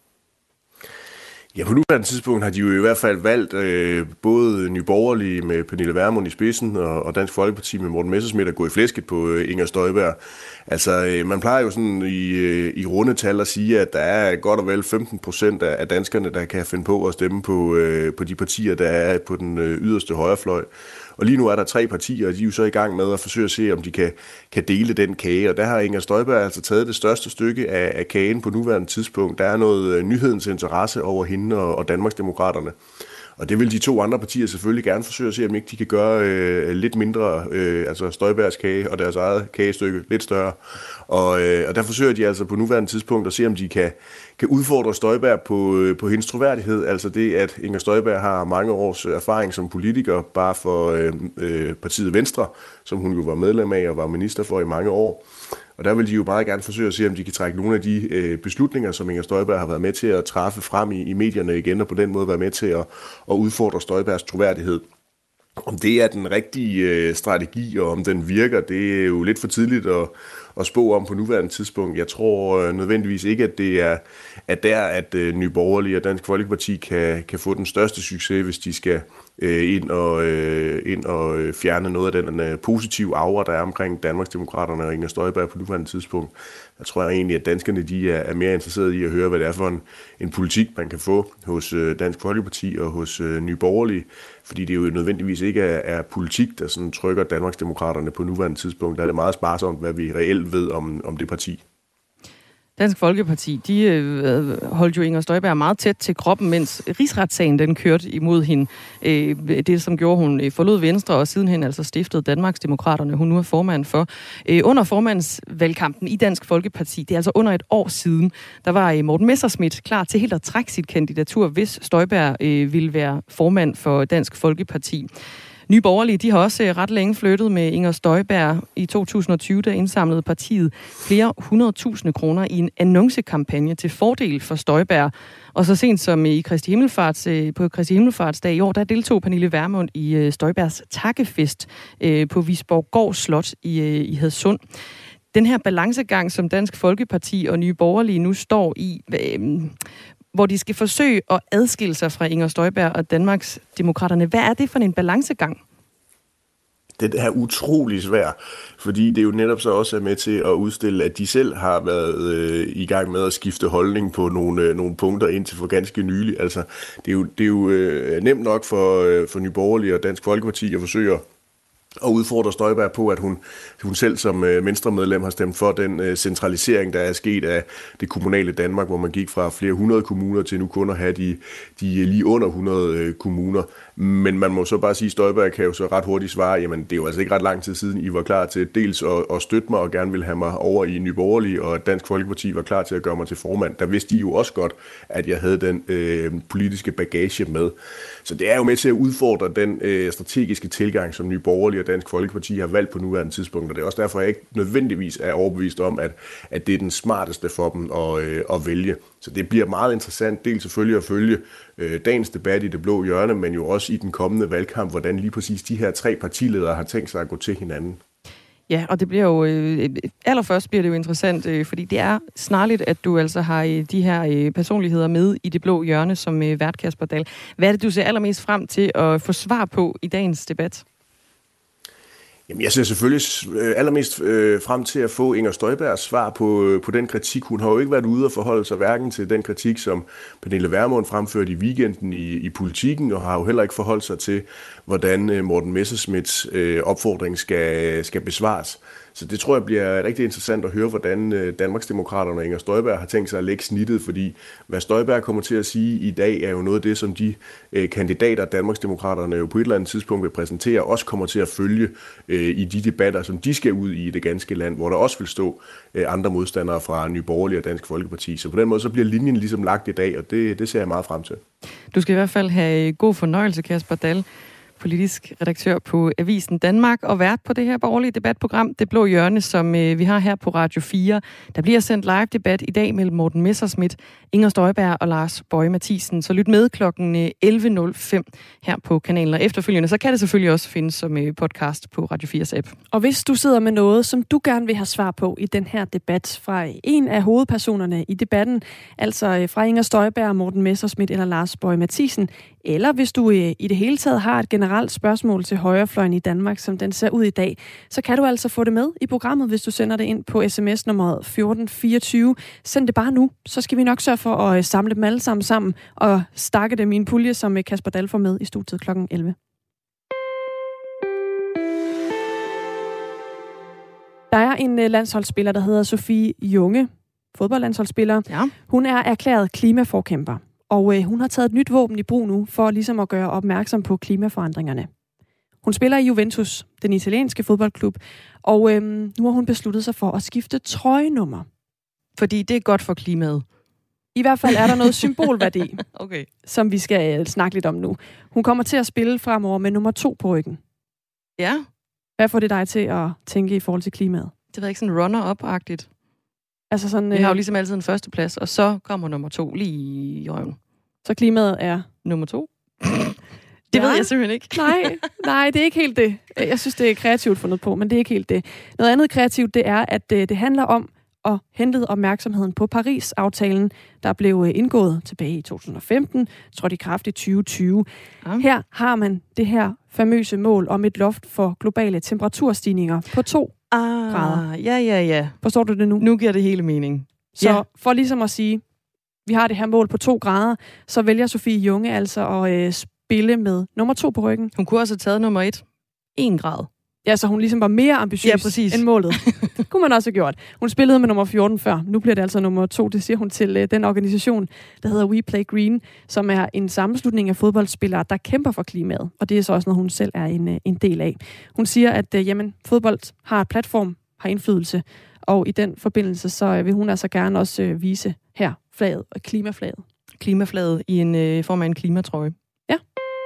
Ja, på nuværende tidspunkt har de jo i hvert fald valgt øh, både Nye Borgerlige med Pernille Vermund i spidsen og, og Dansk Folkeparti med Morten Messerschmidt at gå i flæsket på øh, Inger Støjberg. Altså, øh, man plejer jo sådan i, øh, i runde tal at sige, at der er godt og vel femten procent af, af danskerne, der kan finde på at stemme på, øh, på de partier, der er på den øh, yderste højrefløj. Og lige nu er der tre partier, og de er jo så i gang med at forsøge at se, om de kan, kan dele den kage. Og der har Inger Støjberg altså taget det største stykke af, af kagen på nuværende tidspunkt. Der er noget øh, nyhedens interesse over hende og, og Danmarksdemokraterne. Og det vil de to andre partier selvfølgelig gerne forsøge at se, om ikke de kan gøre øh, lidt mindre, øh, altså Støjbergs kage og deres eget kagestykke lidt større. Og, øh, og der forsøger de altså på nuværende tidspunkt at se, om de kan, kan udfordre Støjberg på, øh, på hendes troværdighed. Altså det, at Inger Støjberg har mange års erfaring som politiker, bare for øh, øh, partiet Venstre, som hun jo var medlem af og var minister for i mange år. Og der vil de jo meget gerne forsøge at se, om de kan trække nogle af de øh, beslutninger, som Inger Støjberg har været med til at træffe frem i, i medierne igen, og på den måde være med til at, at udfordre Støjbergs troværdighed. Om det er den rigtige øh, strategi, og om den virker, det er jo lidt for tidligt at, at spå om på nuværende tidspunkt. Jeg tror øh, nødvendigvis ikke, at det er at der, at øh, Nye Borgerlige og Dansk Folkeparti kan, kan få den største succes, hvis de skal øh, ind, og, øh, ind og fjerne noget af den øh, positive aura, der er omkring Danmarksdemokraterne og Inger Støjberg på nuværende tidspunkt. Jeg tror egentlig, at danskerne de er, er mere interesserede i at høre, hvad det er for en, en politik, man kan få hos øh, Dansk Folkeparti og hos øh, Nye Borgerlige. Fordi det jo nødvendigvis ikke er, er politik, der sådan trykker Danmarksdemokraterne på nuværende tidspunkt. Der er det meget sparsomt, hvad vi reelt ved om, om det parti. Dansk Folkeparti, de øh, holdt jo Inger Støjberg meget tæt til kroppen, mens rigsretssagen den kørte imod hende. Øh, det, som gjorde hun øh, forlod Venstre, og sidenhen altså stiftede Danmarksdemokraterne, hun nu er formand for. Øh, under formandsvalgkampen i Dansk Folkeparti, det er altså under et år siden, der var øh, Morten Messerschmidt klar til helt at trække sit kandidatur, hvis Støjberg øh, ville være formand for Dansk Folkeparti. Nye Borgerlige, de har også ret længe flyttet med Inger Støjberg. I to tusind og tyve, der indsamlede partiet flere hundrede tusinde kroner i en annoncekampagne til fordel for Støjberg. Og så sent som i Kristi Himmelfarts, på Kristi Himmelfartsdag i år, der deltog Pernille Vermund i Støjbergs takkefest på Visborggård Slot i, i Hadsund. Den her balancegang, som Dansk Folkeparti og Nye Borgerlige nu står i, hvor de skal forsøge at adskille sig fra Inger Støjberg og Danmarksdemokraterne. Hvad er det for en balancegang? Det er utrolig svært, fordi det jo netop så også er med til at udstille, at de selv har været øh, i gang med at skifte holdning på nogle, øh, nogle punkter indtil for ganske nylig. Altså, det er jo, det er jo øh, nemt nok for, øh, for Nye Borgerlige og Dansk Folkeparti at forsøge og udfordrer Støjberg på, at hun, hun selv som øh, Venstre-medlem har stemt for den øh, centralisering, der er sket af det kommunale Danmark, hvor man gik fra flere hundrede kommuner til nu kun at have de, de lige under hundrede øh, kommuner. Men man må så bare sige, at Støjberg kan jo så ret hurtigt svare, jamen det er jo altså ikke ret lang tid siden, I var klar til dels at, at støtte mig og gerne ville have mig over i Nye Borgerlige, og at Dansk Folkeparti var klar til at gøre mig til formand. Der vidste de jo også godt, at jeg havde den øh, politiske bagage med. Så det er jo med til at udfordre den øh, strategiske tilgang, som Nye Borgerlige Dansk Folkeparti har valgt på nuværende tidspunkt, og det er også derfor, jeg ikke nødvendigvis er overbevist om, at, at det er den smarteste for dem at, øh, at vælge. Så det bliver meget interessant, dels selvfølgelig at følge øh, dagens debat i det blå hjørne, men jo også i den kommende valgkamp, hvordan lige præcis de her tre partiledere har tænkt sig at gå til hinanden. Ja, og det bliver jo, øh, allerførst bliver det jo interessant, øh, fordi det er snarligt, at du altså har øh, de her øh, personligheder med i det blå hjørne som øh, vært, Kasper Dahl. Hvad er det, du ser allermest frem til at få svar på i dagens debat? Jamen, jeg ser selvfølgelig øh, allermest øh, frem til at få Inger Støjbergs svar på, øh, på den kritik. Hun har jo ikke været ude og forholde sig hverken til den kritik, som Pernille Vermund fremførte i weekenden i, i Politikken, og har jo heller ikke forholdt sig til, hvordan øh, Morten Messerschmidts øh, opfordring skal, skal besvares. Så det tror jeg bliver rigtig interessant at høre, hvordan øh, Danmarksdemokraterne og Inger Støjberg har tænkt sig at lægge snittet, fordi hvad Støjberg kommer til at sige i dag, er jo noget af det, som de øh, kandidater, Danmarksdemokraterne jo på et eller andet tidspunkt vil præsentere, også kommer til at følge øh, i de debatter, som de skal ud i det ganske land, hvor der også vil stå øh, andre modstandere fra Nye Borgerlige og Dansk Folkeparti. Så på den måde så bliver linjen ligesom lagt i dag, og det, det ser jeg meget frem til. Du skal i hvert fald have god fornøjelse, Kasper Dahl, politisk redaktør på Avisen Danmark og vært på det her borgerlige debatprogram, Det Blå Hjørne, som øh, vi har her på Radio fire. Der bliver sendt live debat i dag mellem Morten Messerschmidt, Inger Støjberg og Lars Boje Mathiesen. Så lyt med klokken elleve nul fem her på kanalen. Og efterfølgende, så kan det selvfølgelig også findes som øh, podcast på Radio fires app. Og hvis du sidder med noget, som du gerne vil have svar på i den her debat fra en af hovedpersonerne i debatten, altså øh, fra Inger Støjberg, Morten Messerschmidt eller Lars Boje Mathiesen, eller hvis du øh, i det hele taget har et generelt spørgsmål til højrefløjen i Danmark, som den ser ud i dag, så kan du altså få det med i programmet, hvis du sender det ind på sms nummeret fjorten fireogtyve. Send det bare nu, så skal vi nok sørge for at øh, samle dem alle sammen sammen og stakke dem i en pulje, som øh, Kasper Dahl får med i studiet klokken elleve. Der er en øh, landsholdsspiller, der hedder Sofie Junge, fodboldlandsholdsspiller. Ja. Hun er erklæret klimaforkæmper. Og øh, hun har taget et nyt våben i brug nu, for ligesom at gøre opmærksom på klimaforandringerne. Hun spiller i Juventus, den italienske fodboldklub, og øh, nu har hun besluttet sig for at skifte trøjenummer. Fordi det er godt for klimaet. I hvert fald er der noget symbolværdi, okay, som vi skal øh, snakke lidt om nu. Hun kommer til at spille fremover med nummer to på ryggen. Ja. Hvad får det dig til at tænke i forhold til klimaet? Det var ikke sådan runner-up-agtigt. Altså sådan, vi har jo ligesom altid en førsteplads, og så kommer nummer to lige i røven. Så klimaet er nummer to? Det ja. ved jeg simpelthen ikke. nej, nej, det er ikke helt det. Jeg synes, det er kreativt fundet på, men det er ikke helt det. Noget andet kreativt, det er, at det handler om at hente opmærksomheden på Paris-aftalen, der blev indgået tilbage i to tusind og femten, trådte i kraft i tyve tyve. Ja. Her har man det her famøse mål om et loft for globale temperaturstigninger på to Ah, grader. Ja, ja, ja. Forstår du det nu? Nu giver det hele mening. Så ja. For ligesom at sige, vi har det her mål på to grader, så vælger Sofie Junge altså at øh, spille med nummer to på ryggen. Hun kunne også have taget nummer et. En grad. Ja, så hun ligesom var mere ambitiøs ja, præcis. end målet. Det kunne man også have gjort. Hun spillede med nummer fjorten før. Nu bliver det altså nummer to. Det siger hun til øh, den organisation, der hedder We Play Green, som er en sammenslutning af fodboldspillere, der kæmper for klimaet. Og det er så også noget, hun selv er en, øh, en del af. Hun siger, at øh, jamen, fodbold har et platform, har indflydelse. Og i den forbindelse, så øh, vil hun altså gerne også øh, vise her flaget og klimaflaget. Klimaflaget i en øh, form af en klimatrøje. Ja.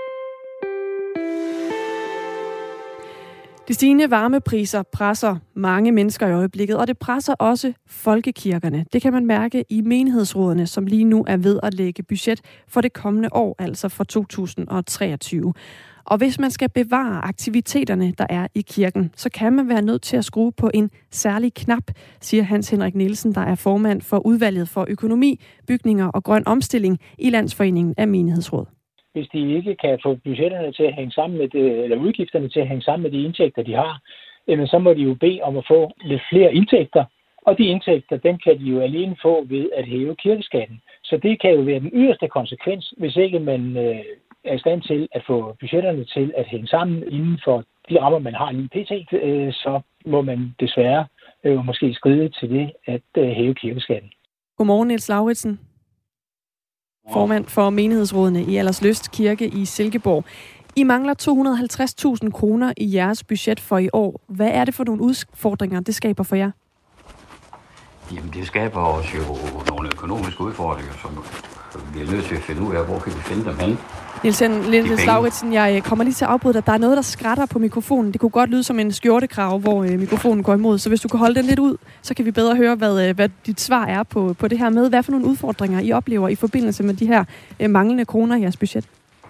De stigende varmepriser presser mange mennesker i øjeblikket, og det presser også folkekirkerne. Det kan man mærke i menighedsrådene, som lige nu er ved at lægge budget for det kommende år, altså for to tusind og treogtyve. Og hvis man skal bevare aktiviteterne, der er i kirken, så kan man være nødt til at skrue på en særlig knap, siger Hans Henrik Nielsen, der er formand for udvalget for økonomi, bygninger og grøn omstilling i Landsforeningen af Menighedsråd. Hvis de ikke kan få budgetterne til at hænge sammen med det, eller udgifterne til at hænge sammen med de indtægter, de har, jamen så må de jo bede om at få lidt flere indtægter. Og de indtægter, dem kan de jo alene få ved at hæve kirkeskatten. Så det kan jo være den yderste konsekvens, hvis ikke man øh, er i stand til at få budgetterne til at hænge sammen inden for de rammer, man har lige pt. Øh, så må man desværre øh, måske skride til det at øh, hæve kirkeskatten. Godmorgen, Niels Lauritsen. Formand for menighedsrådene i Alderslyst Kirke i Silkeborg. I mangler to hundrede og halvtreds tusind kroner i jeres budget for i år. Hvad er det for nogle udfordringer, det skaber for jer? Jamen, det skaber os jo nogle økonomiske udfordringer, som Vi er nødt til at finde ud af, hvor kan vi finde dem hen. Niels Lindnes Lauritsen, jeg kommer lige til at afbryde dig. Der er noget, der skrætter på mikrofonen. Det kunne godt lyde som en skjortekrave, hvor øh, mikrofonen går imod. Så hvis du kan holde den lidt ud, så kan vi bedre høre, hvad, øh, hvad dit svar er på, på det her med. Hvad for nogle udfordringer I oplever i forbindelse med de her øh, manglende kroner i jeres budget?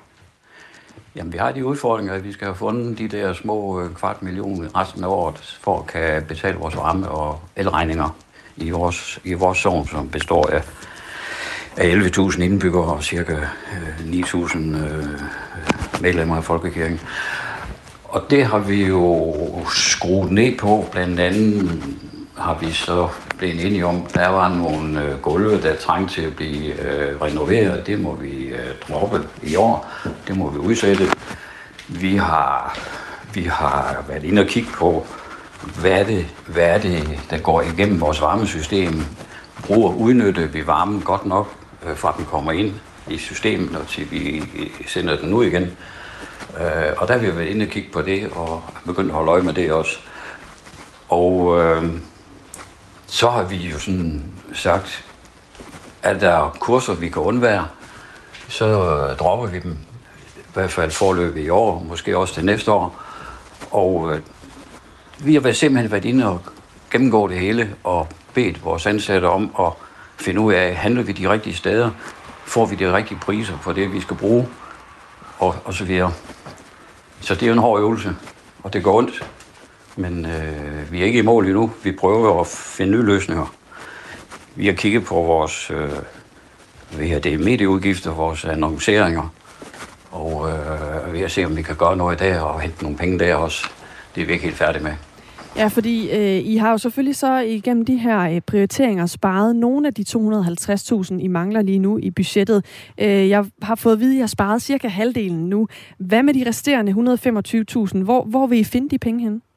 Jamen, vi har de udfordringer, at vi skal have fundet de der små øh, kvart million resten af året, for at kan betale vores varme- og elregninger i vores, i vores zone, som består af af elleve tusind indbyggere og cirka øh, ni tusind øh, medlemmer af Folkekirken. Og det har vi jo skruet ned på. Blandt andet har vi så blevet enige om, at der var nogle øh, gulve, der trængte til at blive øh, renoveret. Det må vi øh, droppe i år. Det må vi udsætte. Vi har, vi har været inde og kigge på, hvad er det, hvad er det der går igennem vores varmesystem. Bruger udnytter vi varmen godt nok, fra den kommer ind i systemet, og til vi sender den ud igen. Og der har vi været inde og kigge på det, og begyndt at holde øje med det også. Og øh, så har vi jo sådan sagt, at der er kurser, vi kan undvære, så dropper vi dem, i hvert fald forløbet i år, måske også til næste år. Og øh, vi har simpelthen været inde og gennemgå det hele, og bedt vores ansatte om at finde ud af, handler vi de rigtige steder, får vi de rigtige priser for det, vi skal bruge, og, og så videre. Så det er jo en hård øvelse, og det går ondt, men øh, vi er ikke i mål endnu. Vi prøver at finde nye løsninger. Vi har kigget på vores øh, vi har det medieudgifter, vores annonceringer, og øh, vi har se, om vi kan gøre noget der og hente nogle penge der også. Det er vi ikke helt færdige med. Ja, fordi øh, I har jo selvfølgelig så igennem de her øh, prioriteringer sparet nogle af de to hundrede og halvtreds tusind, I mangler lige nu i budgettet. Øh, jeg har fået at vide, at I har sparet cirka halvdelen nu. Hvad med de resterende et hundrede og femogtyve tusind? Hvor, hvor vil I finde de penge henne?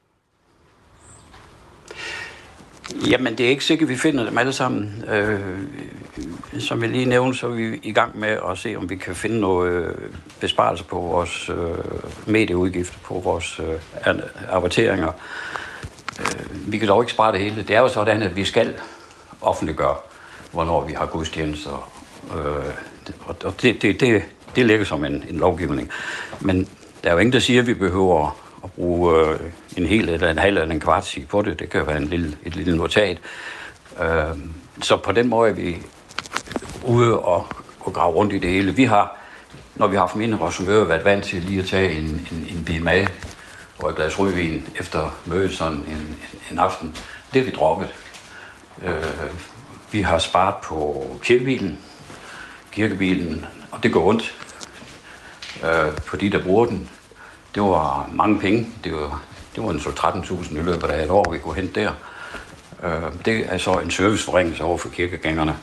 Jamen, det er ikke sikkert, at vi finder dem alle sammen. Øh, som jeg lige nævnte, så er vi i gang med at se, om vi kan finde noget besparelse på vores øh, medieudgifter, på vores øh, averteringer. Vi kan dog ikke spare det hele. Det er jo sådan, at vi skal offentliggøre, hvornår vi har gudstjenester. Og det, det, det, det ligger som en, en lovgivning. Men der er jo ingen, der siger, at vi behøver at bruge en hel eller en halv eller en kvart sig på det. Det kan være en lille, et lille notat. Så på den måde er vi ude og, og grave rundt i det hele. Vi har, når vi har haft mindre restaurører, været vant til lige at tage en, en, en bid mad og et glas rødvin efter mødet sådan en, en, en aften. Det har vi droppet. Øh, vi har sparet på kirkebilen, kirkebilen, og det går ondt øh, på de, der bruger den. Det var mange penge. Det var, det var en så tretten tusind i løbet af et år, vi kunne hente der. Øh, det er så en serviceforringelse over for kirkegængerne.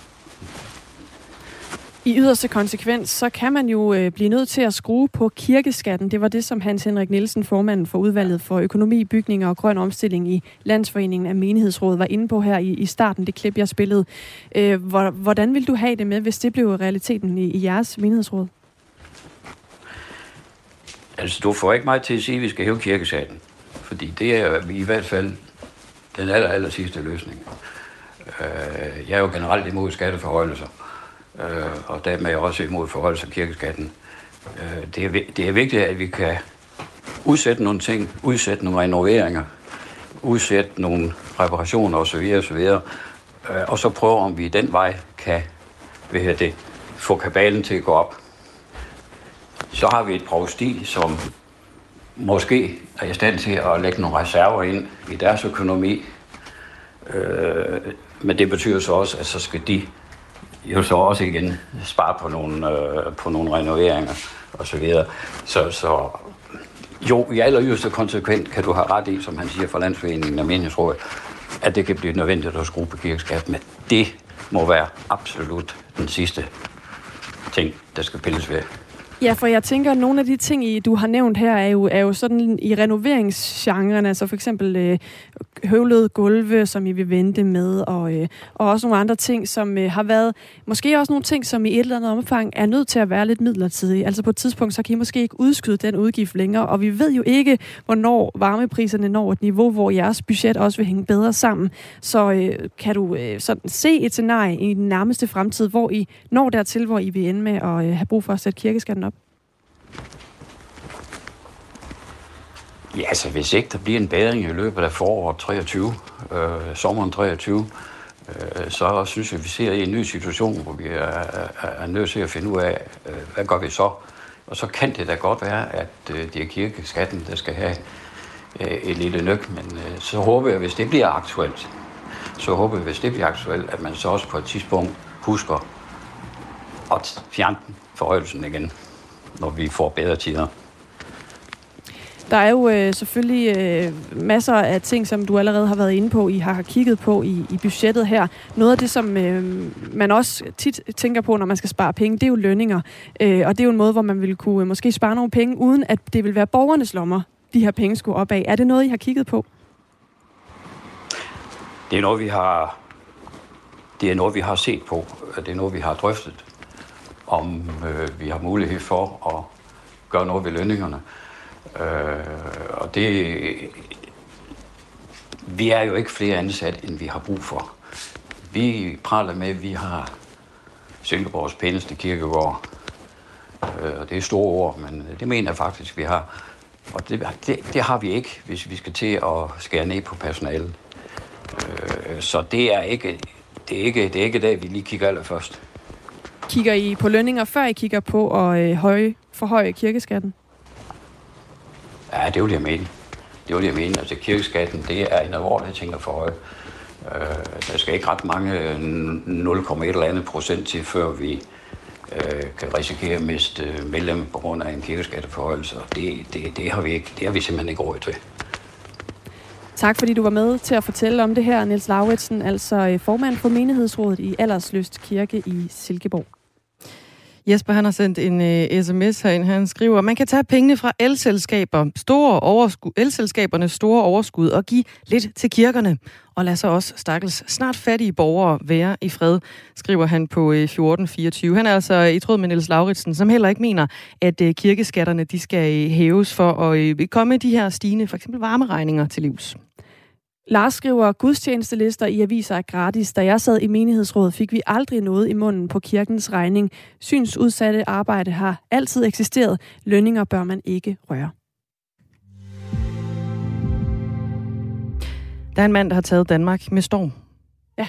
I yderste konsekvens, så kan man jo øh, blive nødt til at skrue på kirkeskatten. Det var det, som Hans Henrik Nielsen, formanden for udvalget for økonomi, bygninger og grøn omstilling i Landsforeningen af Menighedsrådet, var inde på her i, i starten, det klip, jeg spillede. Øh, hvor, hvordan vil du have det med, hvis det blev realiteten i, i jeres menighedsråd? Altså, du får ikke mig til at sige, at vi skal hæve kirkeskatten. Fordi det er i hvert fald den aller, aller sidste løsning. Øh, jeg er jo generelt imod skatteforhøjelser. Øh, og dermed er jeg også imod forholdelse af kirkeskatten. Øh, det, er, det er vigtigt, at vi kan udsætte nogle ting, udsætte nogle renoveringer, udsætte nogle reparationer osv. osv. Øh, og så prøve, om vi den vej kan hvad det, få kabalen til at gå op. Så har vi et provsti, som måske er i stand til at lægge nogle reserver ind i deres økonomi. Øh, men det betyder så også, at så skal de jo så også igen spare på nogle, øh, på nogle renoveringer og så videre. Så, så jo, i aller yderste konsekvent kan du have ret i, som han siger fra Landsforeningen af Menighedsrådet, at det kan blive nødvendigt at skrue på kirkeskatten, men det må være absolut den sidste ting, der skal pilles ved. Ja, for jeg tænker, at nogle af de ting, du har nævnt her, er jo, er jo sådan i renoveringsgenren, altså for eksempel øh, høvlede gulve, som I vil vente med, og, øh, og også nogle andre ting, som øh, har været, måske også nogle ting, som i et eller andet omfang er nødt til at være lidt midlertidige. Altså på et tidspunkt, så kan I måske ikke udskyde den udgift længere, og vi ved jo ikke, hvornår varmepriserne når et niveau, hvor jeres budget også vil hænge bedre sammen. Så øh, kan du øh, sådan se et scenarie i den nærmeste fremtid, hvor I når dertil, hvor I vil ende med at øh, have brug for at sætte kirkeskatten op? Ja, altså hvis ikke der bliver en bedring i løbet af foråret treogtyve, øh, sommeren treogtyve, øh, så synes jeg, at vi ser i en ny situation, hvor vi er, er, er nødt til at finde ud af, øh, hvad gør vi så? Og så kan det da godt være, at øh, det er kirkeskatten, der skal have øh, et lille nøk, men øh, så håber jeg, hvis det bliver aktuelt, så håber jeg, hvis det bliver aktuelt, at man så også på et tidspunkt husker at fjerne forhøjelsen igen, når vi får bedre tider. Der er jo øh, selvfølgelig øh, masser af ting, som du allerede har været inde på, I har kigget på i, i budgettet her. Noget af det, som øh, man også tit tænker på, når man skal spare penge, det er jo lønninger. Øh, og det er jo en måde, hvor man vil kunne øh, måske spare nogle penge, uden at det vil være borgernes lommer, de her penge skulle op af. Er det noget, I har kigget på? Det er noget, vi har, det er noget, vi har set på. Det er noget, vi har drøftet, om øh, vi har mulighed for at gøre noget ved lønningerne. Øh, og det, vi er jo ikke flere ansat, end vi har brug for. Vi praler med, at vi har Silkeborgs pæneste kirkegård, øh, og det er store ord, men det mener jeg faktisk, vi har. Og det, det, det har vi ikke, hvis vi skal til at skære ned på personalet. Øh, så det er ikke, det er ikke, det er ikke det, vi lige kigger allerførst. Kigger I på lønninger, før I kigger på at øh, høje, forhøje kirkeskatten? Ja, det er jo det, jeg mener. Det er jo det, jeg mener. Altså, kirkeskatten, det er en alvorlig ting at forhøje. Øh, der skal ikke ret mange nul komma et eller andet procent til, før vi øh, kan risikere at miste medlem på grund af en kirkeskatteforhøjelse. Det, det, det, har vi ikke, det har vi simpelthen ikke råd til. Tak fordi du var med til at fortælle om det her, Niels Lauritsen, altså formand for menighedsrådet i Alderslyst Kirke i Silkeborg. Jesper, han har sendt en uh, sms herind. Han skriver, man kan tage pengene fra elselskaber, store overskud, elselskabernes store overskud og give lidt til kirkerne. Og lad så også stakkels snart fattige borgere være i fred, skriver han på uh, fjorten fireogtyve. Han er altså i tråd med Niels Lauritsen, som heller ikke mener, at uh, kirkeskatterne de skal uh, hæves for at uh, komme de her stigende, for eksempel varmeregninger til livs. Lars skriver, gudstjenestelister i aviser er gratis. Da jeg sad i menighedsrådet, fik vi aldrig noget i munden på kirkens regning. Synsudsatte arbejde har altid eksisteret. Lønninger bør man ikke røre. Der er en mand, der har taget Danmark med storm. Ja.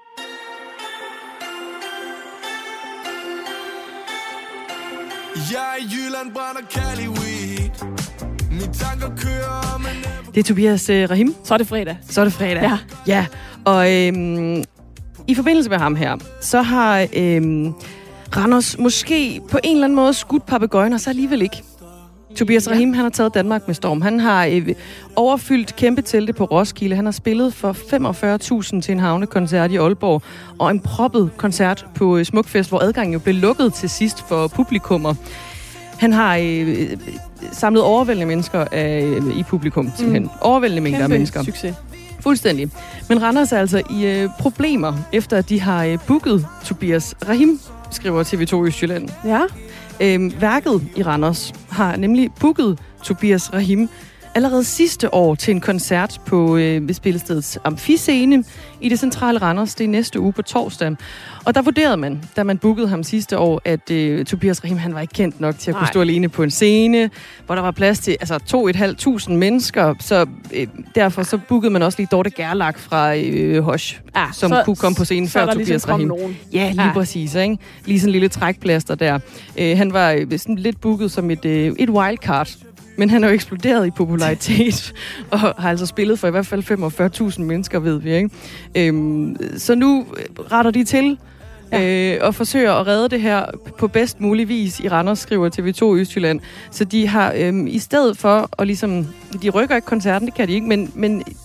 Jeg i Jylland brænder Cali weed. Mine tanker kører, men... Det er Tobias uh, Rahim. Så er det fredag. Så er det fredag. Ja. Ja, og øhm, i forbindelse med ham her, så har øhm, Randers måske på en eller anden måde skudt papegøjen, og så alligevel ikke. Tobias Rahim, han har taget Danmark med storm. Han har øh, overfyldt kæmpe telte på Roskilde. Han har spillet for femogfyrre tusind til en havnekoncert i Aalborg, og en proppet koncert på øh, Smukfest, hvor adgangen jo blev lukket til sidst for publikummer. Han har øh, samlet overvældende mennesker øh, i publikum, simpelthen. Mm. Overvældende mængder af mennesker. Succes. Fuldstændig. Men Randers er altså i øh, problemer, efter at de har øh, booket Tobias Rahim, skriver T V to Østjylland. Ja. Øhm, værket i Randers har nemlig booket Tobias Rahim allerede sidste år til en koncert på øh, ved spillestedets amfiscene i det centrale Randers. Det er næste uge på torsdag. Og der vurderede man, da man bookede ham sidste år, at øh, Tobias Rahim, han var ikke kendt nok til at Nej. kunne stå alene på en scene, hvor der var plads til altså to et halvt tusind mennesker. Så øh, derfor så bookede man også lige Dorte Gerlach fra øh, Hosh, ja, som så, kunne komme på scenen før Tobias ligesom Rahim. Nogen. Ja, lige ja. præcis. Ikke? Lige sådan en lille trækplaster der. Øh, han var øh, sådan lidt booket som et, øh, et wildcard. Men han er jo eksploderet i popularitet, og har altså spillet for i hvert fald femogfyrre tusind mennesker, ved vi, ikke? Øhm, så nu retter de til ja. øh, og forsøger at redde det her på bedst mulig vis i Randers, skriver T V to Østjylland. Så de har øhm, i stedet for, og ligesom, de rykker ikke koncerten, det kan de ikke, men, men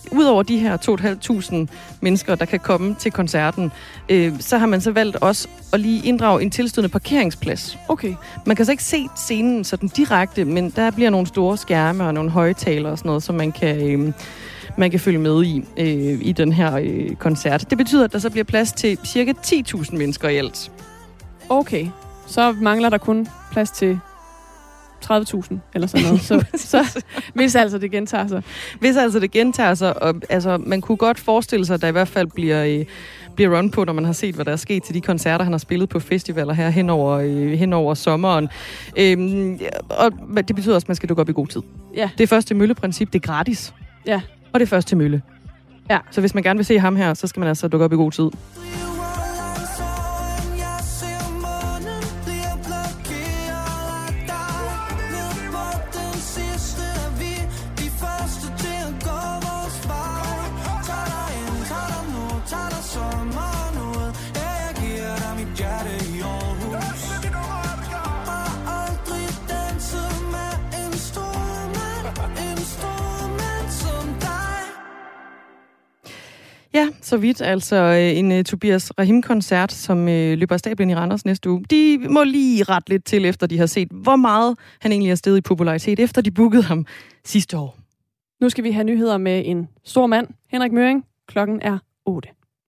udover de her to tusind fem hundrede mennesker, der kan komme til koncerten, øh, så har man så valgt også at lige inddrage en tilstødende parkeringsplads. Okay. Man kan så ikke se scenen sådan direkte, men der bliver nogle store skærme og nogle højtalere og sådan noget, som man kan... Øh, man kan følge med i, øh, i den her øh, koncert. Det betyder, at der så bliver plads til cirka ti tusind mennesker i alt. Okay, så mangler der kun plads til tredive tusind eller sådan noget. Så, så hvis altså det gentager sig. Hvis altså det gentager sig, og altså, man kunne godt forestille sig, at der i hvert fald bliver, øh, bliver run på, når man har set, hvad der er sket til de koncerter, han har spillet på festivaler her hen over, øh, hen over sommeren. Øhm, og det betyder også, at man skal dukke op i god tid. Ja. Det første mølleprincip, det er gratis. Ja. Og det er først til mølle. Ja. Så hvis man gerne vil se ham her, så skal man altså dukke op i god tid. Ja, så vidt altså en uh, Tobias Rahim-koncert, som uh, løber af stablen i Randers næste uge. De må lige ret lidt til, efter de har set, hvor meget han egentlig er steget i popularitet, efter de bookede ham sidste år. Nu skal vi have nyheder med en stor mand, Henrik Møring. Klokken er otte.